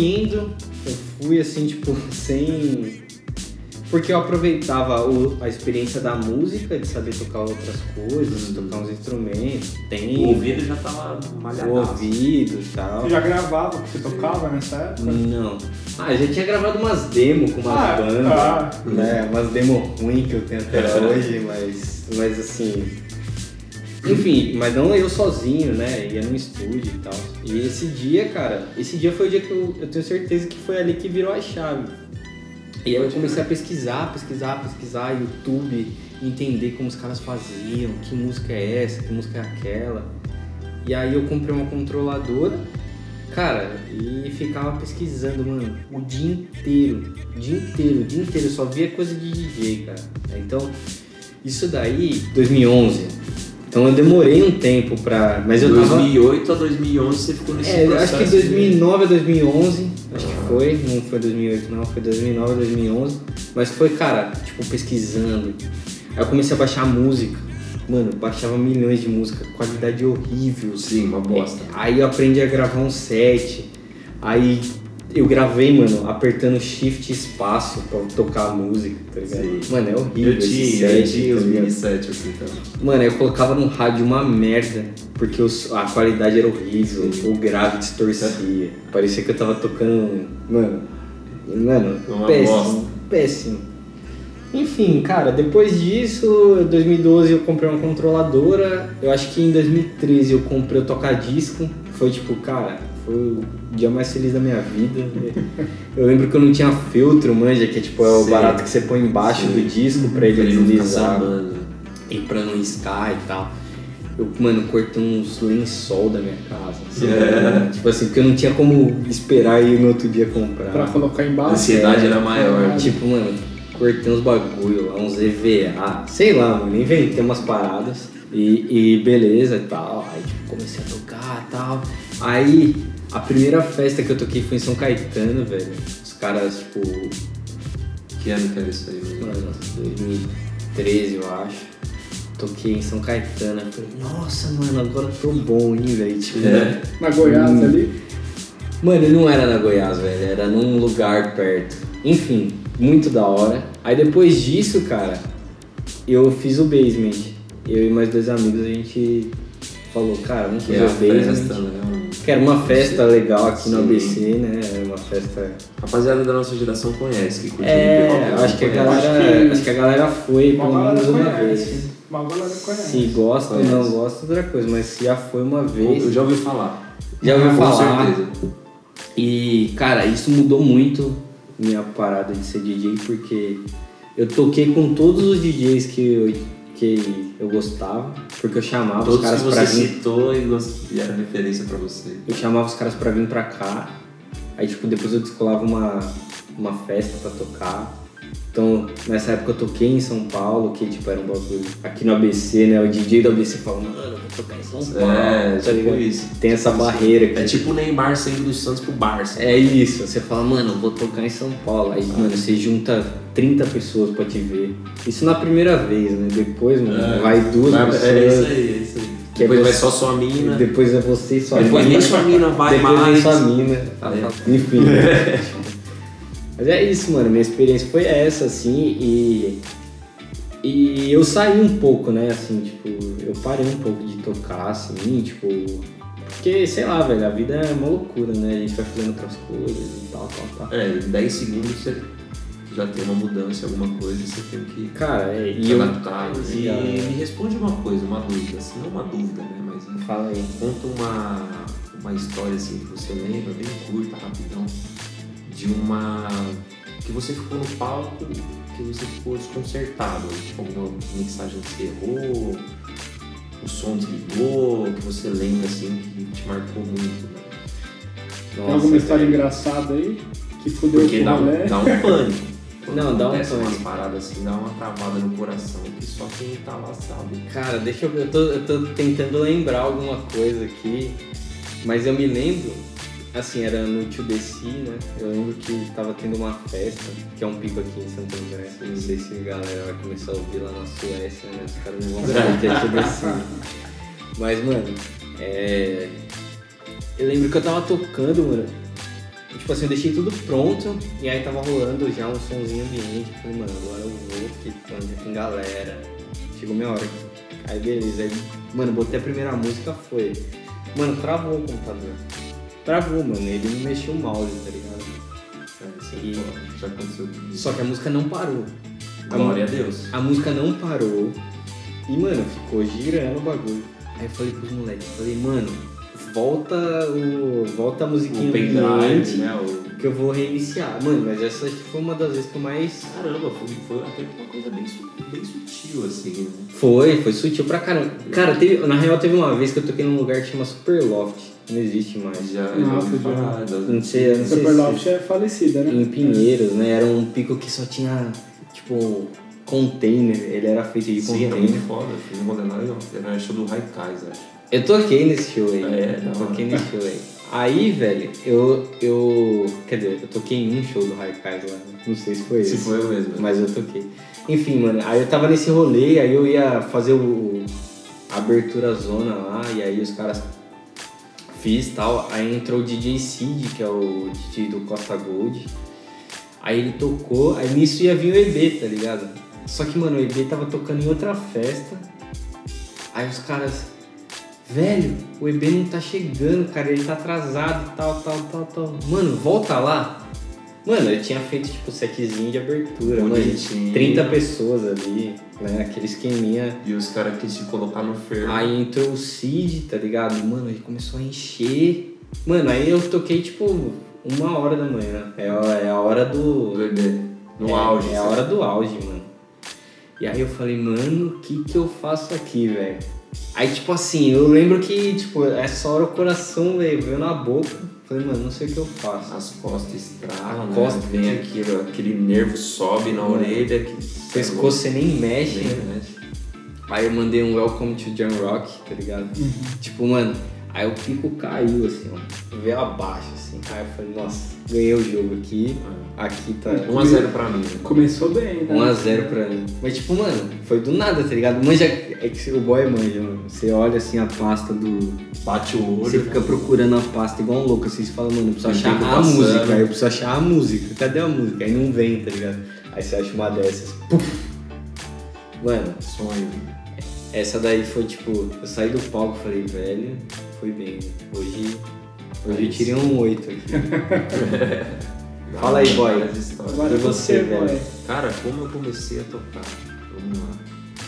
fui assim, tipo, sem... Porque eu aproveitava a experiência da música, de saber tocar outras coisas, tocar uns instrumentos, O ouvido já tava malhado. O ouvido e tal. Você já gravava o que você tocava nessa época? Não. Eu já tinha gravado umas demos com umas bandas, né? Umas demos ruins que eu tenho até hoje, mas assim... Enfim, mas não eu sozinho, né? Ia no estúdio e tal. E esse dia foi o dia que eu tenho certeza que foi ali que virou a chave. E aí eu comecei a pesquisar, YouTube, entender como os caras faziam, que música é essa, que música é aquela. E aí eu comprei uma controladora, cara, e ficava pesquisando, mano, o dia inteiro. Eu só via coisa de DJ, cara. Então, isso daí, 2011... Então eu demorei um tempo pra... Mas eu 2008 a 2011 você ficou nesse processo? Acho que 2009 a 2011, acho que foi. Não foi 2008 não, foi 2009 a 2011. Mas foi, cara, tipo, pesquisando. Aí eu comecei a baixar música. Mano, baixava milhões de música, qualidade horrível. Sim, uma bosta. Aí eu aprendi a gravar um set. Aí eu gravei, mano, apertando shift e espaço pra tocar a música, tá ligado? Sim. Mano, é horrível. Eu tinha os mini set aqui também. Mano, eu colocava no rádio uma merda, porque a qualidade era horrível, o grave distorcia. Parecia que eu tava tocando. Mano, péssimo. Enfim, cara, depois disso, em 2012 eu comprei uma controladora. Eu acho que em 2013 eu comprei o toca-disco. Foi tipo, cara, foi o dia mais feliz da minha vida. Eu lembro que eu não tinha filtro, manja, que é tipo o barato que você põe embaixo do disco pra ele deslizar e pra não iscar e tal. Eu, mano, cortei uns lençol da minha casa. Assim, tipo assim, porque eu não tinha como esperar ir no outro dia comprar. Pra colocar embaixo. A ansiedade era maior. Tipo, mano, cortei uns bagulho lá, uns EVA, sei lá, mano, inventei umas paradas e beleza e tal. Aí tipo, comecei a tocar e tal. Aí a primeira festa que eu toquei foi em São Caetano, velho. Os caras, tipo... Que ano que era isso aí, mano? 2013, eu acho. Toquei em São Caetano. Eu falei, nossa, mano, agora eu tô bom, hein, velho. Tipo, na Goiás ali? Mano, não era na Goiás, velho. Era num lugar perto. Enfim, muito da hora. Aí depois disso, cara, eu fiz o basement. Eu e mais 2 amigos, a gente falou, cara, vamos fazer o basement. Festa, né? Que era uma festa legal aqui no ABC, né? Era uma festa... Rapaziada da nossa geração conhece, que curte acho que a galera foi pelo menos uma vez. Uma galera conhece. Se gosta ou não gosta, outra coisa, mas já foi uma vez. Eu já ouvi falar. Com certeza. E, cara, isso mudou muito minha parada de ser DJ, porque eu toquei com todos os DJs que eu gostava, porque eu chamava todos os caras que pra você vir. citou e era referência pra você. Eu chamava os caras pra vir pra cá Aí, tipo, depois eu descolava uma festa pra tocar. Então, nessa época eu toquei em São Paulo, que tipo, era um bagulho. Aqui no ABC, né? O DJ do ABC fala, mano, eu vou tocar em São Paulo. É, tá tipo isso. Tem essa barreira aqui. É tipo o Neymar saindo do Santos pro Barça. É isso, você fala, mano, eu vou tocar em São Paulo. Aí, mano, você junta 30 pessoas pra te ver. Isso na primeira vez, né? Depois, mano, vai 2 pessoas. É isso aí. Depois vai só sua mina. Depois é você e sua mina. Depois nem sua mina vai depois mais. Depois nem sua mina. Enfim. Mas é isso, mano. Minha experiência foi essa, assim, e eu saí um pouco, né, assim, tipo, eu parei um pouco de tocar, assim, tipo, porque, sei lá, velho, a vida é uma loucura, né, a gente vai fazendo outras coisas e tal. Em 10 segundos você já tem uma mudança, alguma coisa, você tem que e adaptar. E me responde uma coisa, uma dúvida, assim, não uma dúvida, né, mas fala aí. Conta uma história, assim, que você lembra, bem curta, rapidão, de uma... que você ficou no palco, que você ficou desconcertado, tipo, alguma mensagem que você errou, o som desligou, que você lembra, assim, que te marcou muito, né? Tem alguma história engraçada aí? Que fudeu porque com o rolê? dá um pânico. Não, dá um pânico. pânico. Umas paradas assim, dá uma travada no coração que só quem tá lá sabe. Cara, deixa eu tô tentando lembrar alguma coisa aqui, mas eu me lembro, assim, era no Tio Desci, né? Eu lembro que tava tendo uma festa, que é um pico aqui em Santo André. Não sei se a galera vai começar a ouvir lá na Suécia, né? Os caras não vão saber que é Tio Desci. Mas, mano, eu lembro que eu tava tocando, mano. Tipo assim, eu deixei tudo pronto e aí tava rolando já um somzinho ambiente. Eu falei, mano, agora eu vou, porque já tem galera. Chegou minha hora aqui. Aí beleza, aí, mano, botei a primeira música, foi. Mano, travou o computador. Travou, mano, ele não mexeu o mouse, tá ligado? Já aconteceu. Só que a música não parou. Glória a Deus. A música não parou e, mano, ficou girando o bagulho. Aí eu falei pros moleques, mano, volta a musiquinha pendrive, né? Que eu vou reiniciar. Mano, mas essa acho que foi uma das vezes que eu mais... Caramba, foi até uma coisa bem sutil, assim, né? Foi sutil pra caramba. Cara, na real teve uma vez que eu toquei num lugar que chama Super Loft. Não existe mais. Não sei Super Loft é falecida, né? Em Pinheiros, né? Era um pico que só tinha, tipo, container. Ele era feito de container. Sim, era muito foda. Fiz um modelário, era show do Raikais, acho. Eu toquei nesse show aí. Nesse show aí. Aí, velho, quer dizer, eu toquei em um show do Raikais lá. Não sei se foi esse. Se foi eu mesmo. Mas eu toquei. Enfim, mano, aí eu tava nesse rolê, aí eu ia fazer a abertura zona lá, e aí os caras fiz e tal. Aí entrou o DJ Cid, que é o DJ do Costa Gold. Aí ele tocou, aí nisso ia vir o EB, tá ligado? Só que, mano, o EB tava tocando em outra festa. Aí os caras, velho, o EB não tá chegando, cara, ele tá atrasado e tal. Mano, volta lá. Mano, eu tinha feito, tipo, setzinho de abertura, mano, 30 pessoas ali, né, aquele esqueminha. E os caras quis se colocar no ferro. Aí entrou o Cid, tá ligado? Mano, ele começou a encher. Mano, aí eu toquei, tipo, 1h da manhã. É a hora do EB. No auge. É a hora do auge, mano. E aí eu falei, mano, o que eu faço aqui, velho? Aí, tipo assim, eu lembro que, tipo, essa hora o coração, velho, veio na boca. Falei, mano, não sei o que eu faço. As costas estralam, vem aquele nervo sobe na orelha. Que pescoço você nem mexe, né? Aí eu mandei um Welcome to Jam Rock, tá ligado? Tipo, mano, aí o pico caiu, assim, ó, veio abaixo, assim. Aí eu falei, nossa, ganhei o jogo aqui, aqui tá... 1x0 pra mim, né? Começou bem, né? 1x0 pra mim. Mas tipo, mano, foi do nada, tá ligado? Manja, é que o boy manja, mano. Você olha assim a pasta do... Bate o olho. Você fica procurando a pasta igual um louco, assim, você fala, mano, eu preciso achar a música. Aí eu preciso achar a música. Cadê a música? Aí não vem, tá ligado? Aí você acha uma dessas, puf! Mano, sonho. Essa daí foi tipo, eu saí do palco e falei, velho, foi bem. Hoje eu tirei um 8 aqui. Fala aí, boy. Agora você, velho. Cara, como eu comecei a tocar? Vamos lá.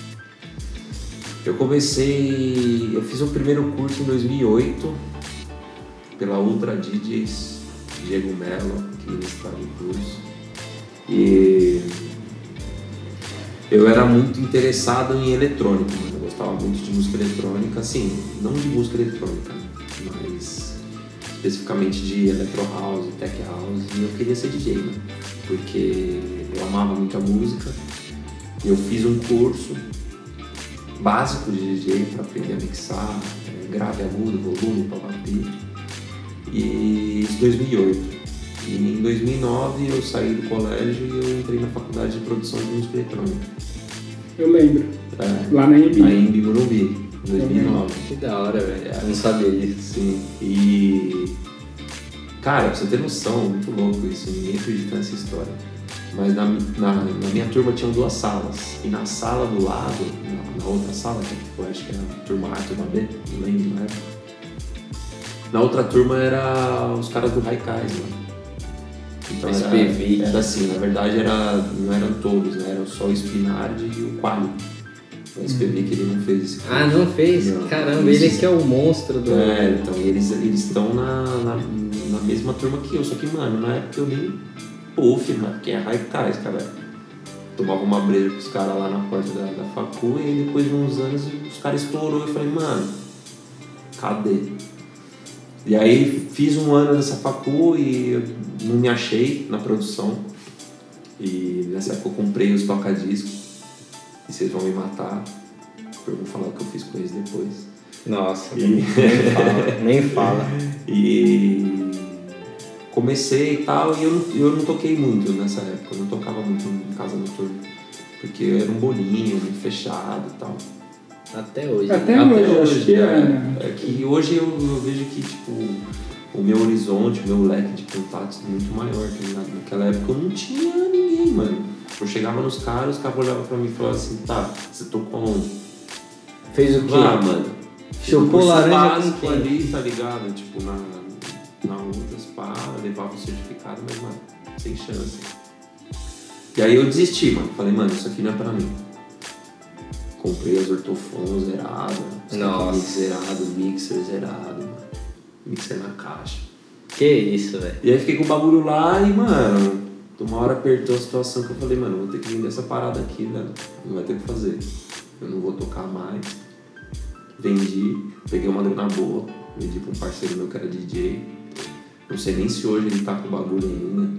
Eu fiz o primeiro curso em 2008 pela Ultra DJs, Diego Mello, que ministrava o curso. E eu era muito interessado em eletrônica, mano. Eu gostava muito de música eletrônica, assim, não de música eletrônica, mas especificamente de Electro House, Tech House, e eu queria ser DJ, né? Porque eu amava muito a música. Eu fiz um curso básico de DJ para aprender a mixar, grave, agudo, volume, papapi. E isso em 2008. E em 2009 eu saí do colégio e eu entrei na faculdade de produção de música eletrônica. Eu lembro. Lá na Embi. Na Embi Morumbi, em 2009. Que da hora, velho. Eu não sabia disso. Sim. E... Cara, pra você ter noção, muito louco isso, ninguém acredita nessa história. Mas na minha turma tinham 2 salas. E na sala do lado, na outra sala, que eu acho que era a turma A e a turma B, não lembro na época. Na outra turma era os caras do Haikais, mano. Então SPV. Era assim, na verdade não eram todos, né? Eram só o Spinard e o Quali. O SPV que ele não fez esse curso. Ah, não fez? Não. Caramba, ele que é o monstro do... Então eles estão na mesma turma que eu, só que, mano, na época eu nem puff, mano, que é Haikais, cara. Tomava uma breja com os caras lá na porta da facu e aí depois de uns anos os caras estourou e eu falei, mano, cadê? E aí fiz um ano dessa facu e não me achei na produção. E nessa época eu comprei os toca-discos. E vocês vão me matar. Eu vou falar o que eu fiz com eles depois. Nossa, nem fala. E comecei e tal, e eu não toquei muito nessa época. Eu não tocava muito em casa noturna. Porque era um bolinho, muito fechado e tal. Até hoje, acho que é que hoje eu vejo que, tipo, o meu horizonte, o meu leque de contatos é muito maior, tá ligado? Naquela época eu não tinha ninguém, mano. Eu chegava nos caras, os caras olhavam pra mim e falavam assim, tá, você tocou onde? Fez o quê? Ah, mano. Chupou laranja com ali, tá ligado? Tipo, na outras pá, levava o certificado, mas, mano, sem chance. E aí eu desisti, mano. Falei, mano, isso aqui não é pra mim. Comprei as ortofons zeradas, zerado, mixer zerado, mano. Mixer na caixa. Que isso, velho. E aí fiquei com o bagulho lá e, mano, uma hora apertou a situação que eu falei, mano, vou ter que vender essa parada aqui, velho. Não vai ter o que fazer. Eu não vou tocar mais. Vendi, peguei uma grana boa, vendi pra um parceiro meu que era DJ. Não sei nem se hoje ele tá com o bagulho ainda.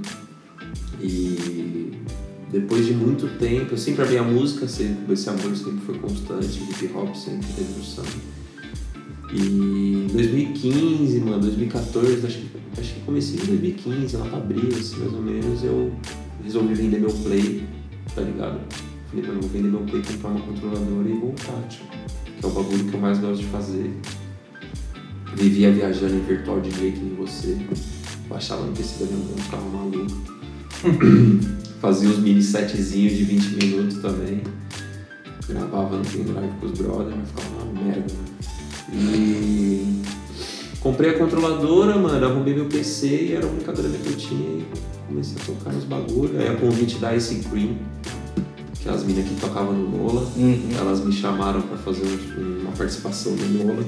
E depois de muito tempo, eu sempre amei a música, esse amor sempre foi constante, hip hop sempre teve no sangue. E em 2015, mano, 2014, acho que comecei em 2015, lá pra abril, assim, mais ou menos, eu resolvi vender meu Play, tá ligado? Falei, mano, eu vou vender meu Play, comprar uma controladora e voltar, tio, que é o bagulho que eu mais gosto de fazer. Vivia viajando em virtual DJ que nem você, baixava no PC da minha mão, ficava maluco. Fazia os mini setzinhos de 20 minutos também. Gravava no pendrive com os brothers, mas ficava uma merda, né? E comprei a controladora, mano, arrumei meu PC e era a única grana que eu tinha e comecei a tocar nos bagulhos. Aí a convite da Ice Cream, que é as minas que tocavam no Nola, elas me chamaram pra fazer uma participação no Nola.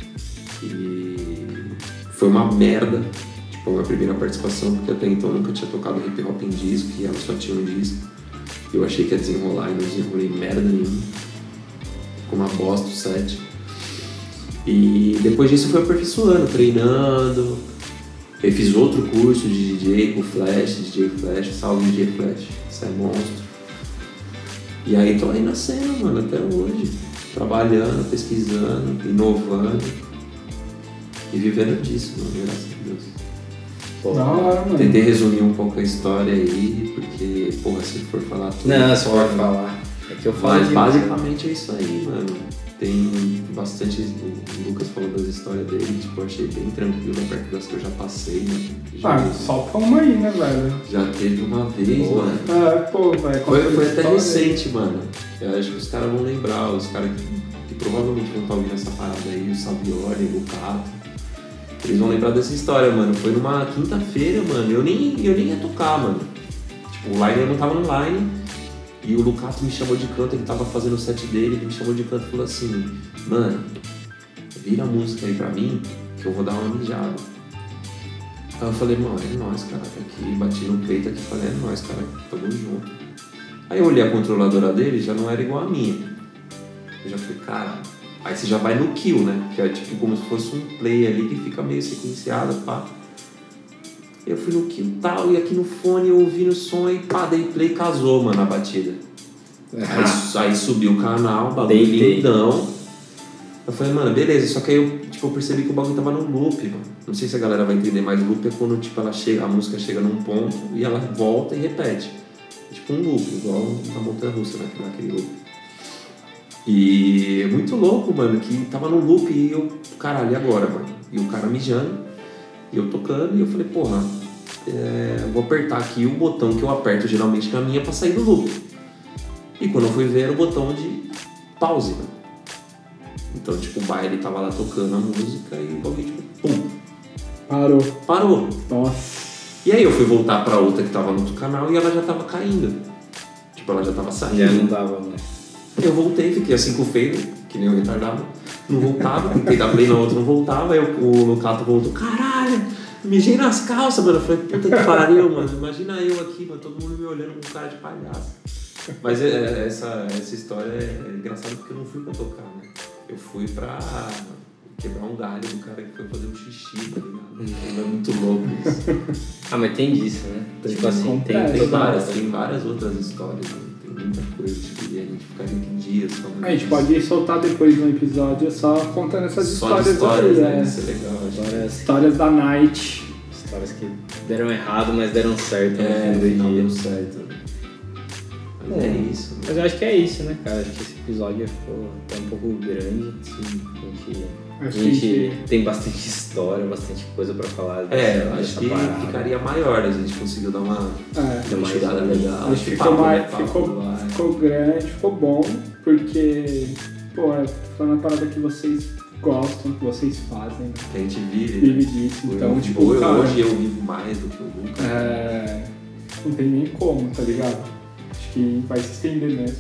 E foi uma merda. Foi a minha primeira participação, porque até então eu nunca tinha tocado hip hop em disco e ela só tinha um disco. Eu achei que ia desenrolar e não desenrolei merda nenhuma. Ficou uma bosta o set. E depois disso eu fui aperfeiçoando, treinando. Eu fiz outro curso de DJ com Flash, DJ Flash, salve DJ Flash, isso é monstro. E aí tô aí na cena, mano, até hoje. Trabalhando, pesquisando, inovando e vivendo disso, mano, graças a Deus. Tentei resumir um pouco a história aí, porque, porra, se for falar tudo... Não, se for falar, é que eu falo. Mas basicamente é isso aí, mano. Tem bastante... O Lucas falou das histórias dele, tipo, eu achei bem tranquilo, perto das que eu já passei, né? Solta uma aí, né, velho? Já teve uma vez, mano. Velho. Foi até recente, mano. Eu acho que os caras vão lembrar, os caras que provavelmente vão estar ouvindo essa parada aí, o Savioli, o Cato. Eles vão lembrar dessa história, mano. Foi numa quinta-feira, mano. Eu nem ia tocar, mano. Tipo, o line eu não tava no line. E o Lucato me chamou de canto, ele tava fazendo o set dele, ele me chamou de canto e falou assim, mano, vira a música aí pra mim, que eu vou dar uma mijada. Aí eu falei, mano, é nóis, cara. Aqui, bati no peito aqui e falei, é nóis, cara, tamo junto. Aí eu olhei a controladora dele, já não era igual a minha. Eu já falei, cara, Aí você já vai no kill, né? Que é tipo como se fosse um play ali que fica meio sequenciado, pá. Eu fui no kill e tal, e aqui no fone eu ouvi no som e pá, dei play e casou, mano, a batida. Aí subiu o canal, o bagulho lindão. Eu falei, mano, beleza, só que aí eu percebi que o bagulho tava no loop, mano. Não sei se a galera vai entender, mas loop é quando tipo, a música chega num ponto e ela volta e repete. É tipo um loop, igual na montanha-russa, né? Naquele loop. E é muito louco, mano, que tava no loop e eu, caralho, e agora, mano? E o cara mijando, e eu tocando, e eu falei, porra, vou apertar aqui o botão que eu aperto geralmente na minha pra sair do loop. E quando eu fui ver, era o botão de pause, mano. Então, tipo, o baile tava lá tocando a música e o bagulho, tipo, pum. Parou. Nossa. E aí eu fui voltar pra outra que tava no outro canal e ela já tava caindo. Tipo, ela já tava saindo. Já não dava, né? Eu voltei, fiquei assim com o fader, que nem eu retardado. Não voltava, tentei dar play na outra, não voltava. Aí o Lucato voltou, caralho, mijei nas calças, mano. Eu falei, puta que pariu, mano. Imagina eu aqui, mano, todo mundo me olhando com cara de palhaço. Mas essa história é engraçada porque eu não fui pra tocar, né? Eu fui pra quebrar um galho do cara que foi fazer um xixi, tá ligado? É muito louco isso. Mas tem disso, né? Tipo assim, tem várias outras histórias, né? Tem muita coisa, tipo, e a gente ficaria aqui dias falando. A gente pode soltar depois no episódio só contando essas histórias aí, né? Isso é legal. Histórias da Night. Histórias que deram errado, mas deram certo. Não deu certo. Mas é isso. Mas eu acho que é isso, né, cara? Acho que esse episódio ficou até um pouco grande. Sim. A gente tem bastante história, bastante coisa pra falar. Acho que ficaria maior, a gente conseguiu dar uma estudada legal. Acho que ficou grande, ficou bom, porque, foi uma parada que vocês gostam, que vocês fazem. Que a gente vive disso. Então, hoje eu vivo mais do que o Lucas. Não tem nem como, tá ligado? Acho que vai se estender mesmo.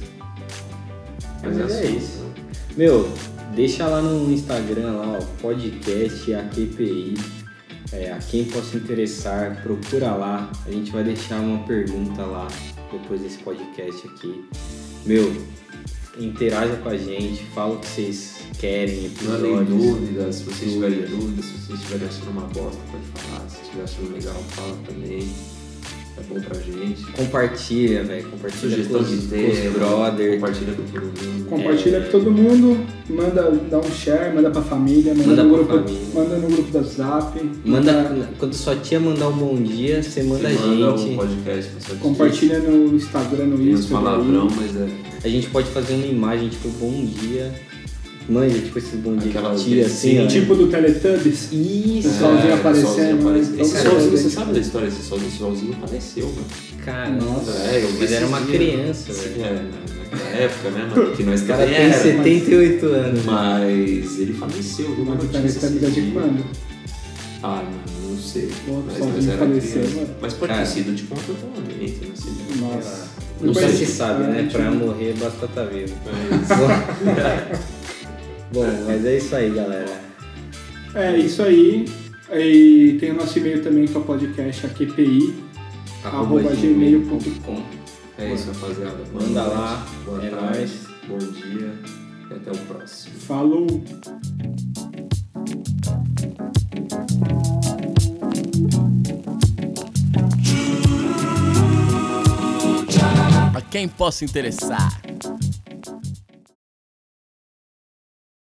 Mas é isso. Meu, deixa lá no Instagram, lá, ó, podcast AQPI. A quem possa interessar, procura lá. A gente vai deixar uma pergunta lá depois desse podcast aqui. Meu, interaja com a gente, fala o que vocês querem, episódios. Mandem dúvidas, se vocês tiverem dúvidas, se vocês estiverem achando uma bosta, pode falar. Se estiver achando legal, fala também. É bom pra gente. Compartilha, velho. Compartilha com os brother. Compartilha com todo mundo. Compartilha com todo mundo. Dá um share, manda pra família. Manda no grupo do WhatsApp. Quando sua tia mandar um bom dia, você manda a gente. Manda um podcast pra sua tia. Compartilha no Instagram, no Instagram. Tem uns palavrão, mas A gente pode fazer uma imagem, tipo, bom dia. Manja, tipo esse bom dia aquela tia, assim, tipo do Teletubbies. Isso. Solzinho aparecendo. Esse solzinho, você sabe da história? Esse solzinho faleceu, mano. Cara, nossa. Mas era uma criança, velho. Naquela época, né, mano? Que nós cara tem 78 anos. Mas ele faleceu, viu? Mas o Teletubbies é de quando? Não sei. Mas era faleceu, mas pode ter sido tipo um atropelamento, não sei. Nossa. Nunca se sabe, né? Pra morrer basta estar vivo. Bom, mas é isso aí, galera. É isso aí. E tem o nosso e-mail também, que é o podcast AQPI@gmail.com. É isso, rapaziada. Manda lá. Boa tarde. Nóis. Bom dia. E até o próximo. Falou! A quem possa interessar.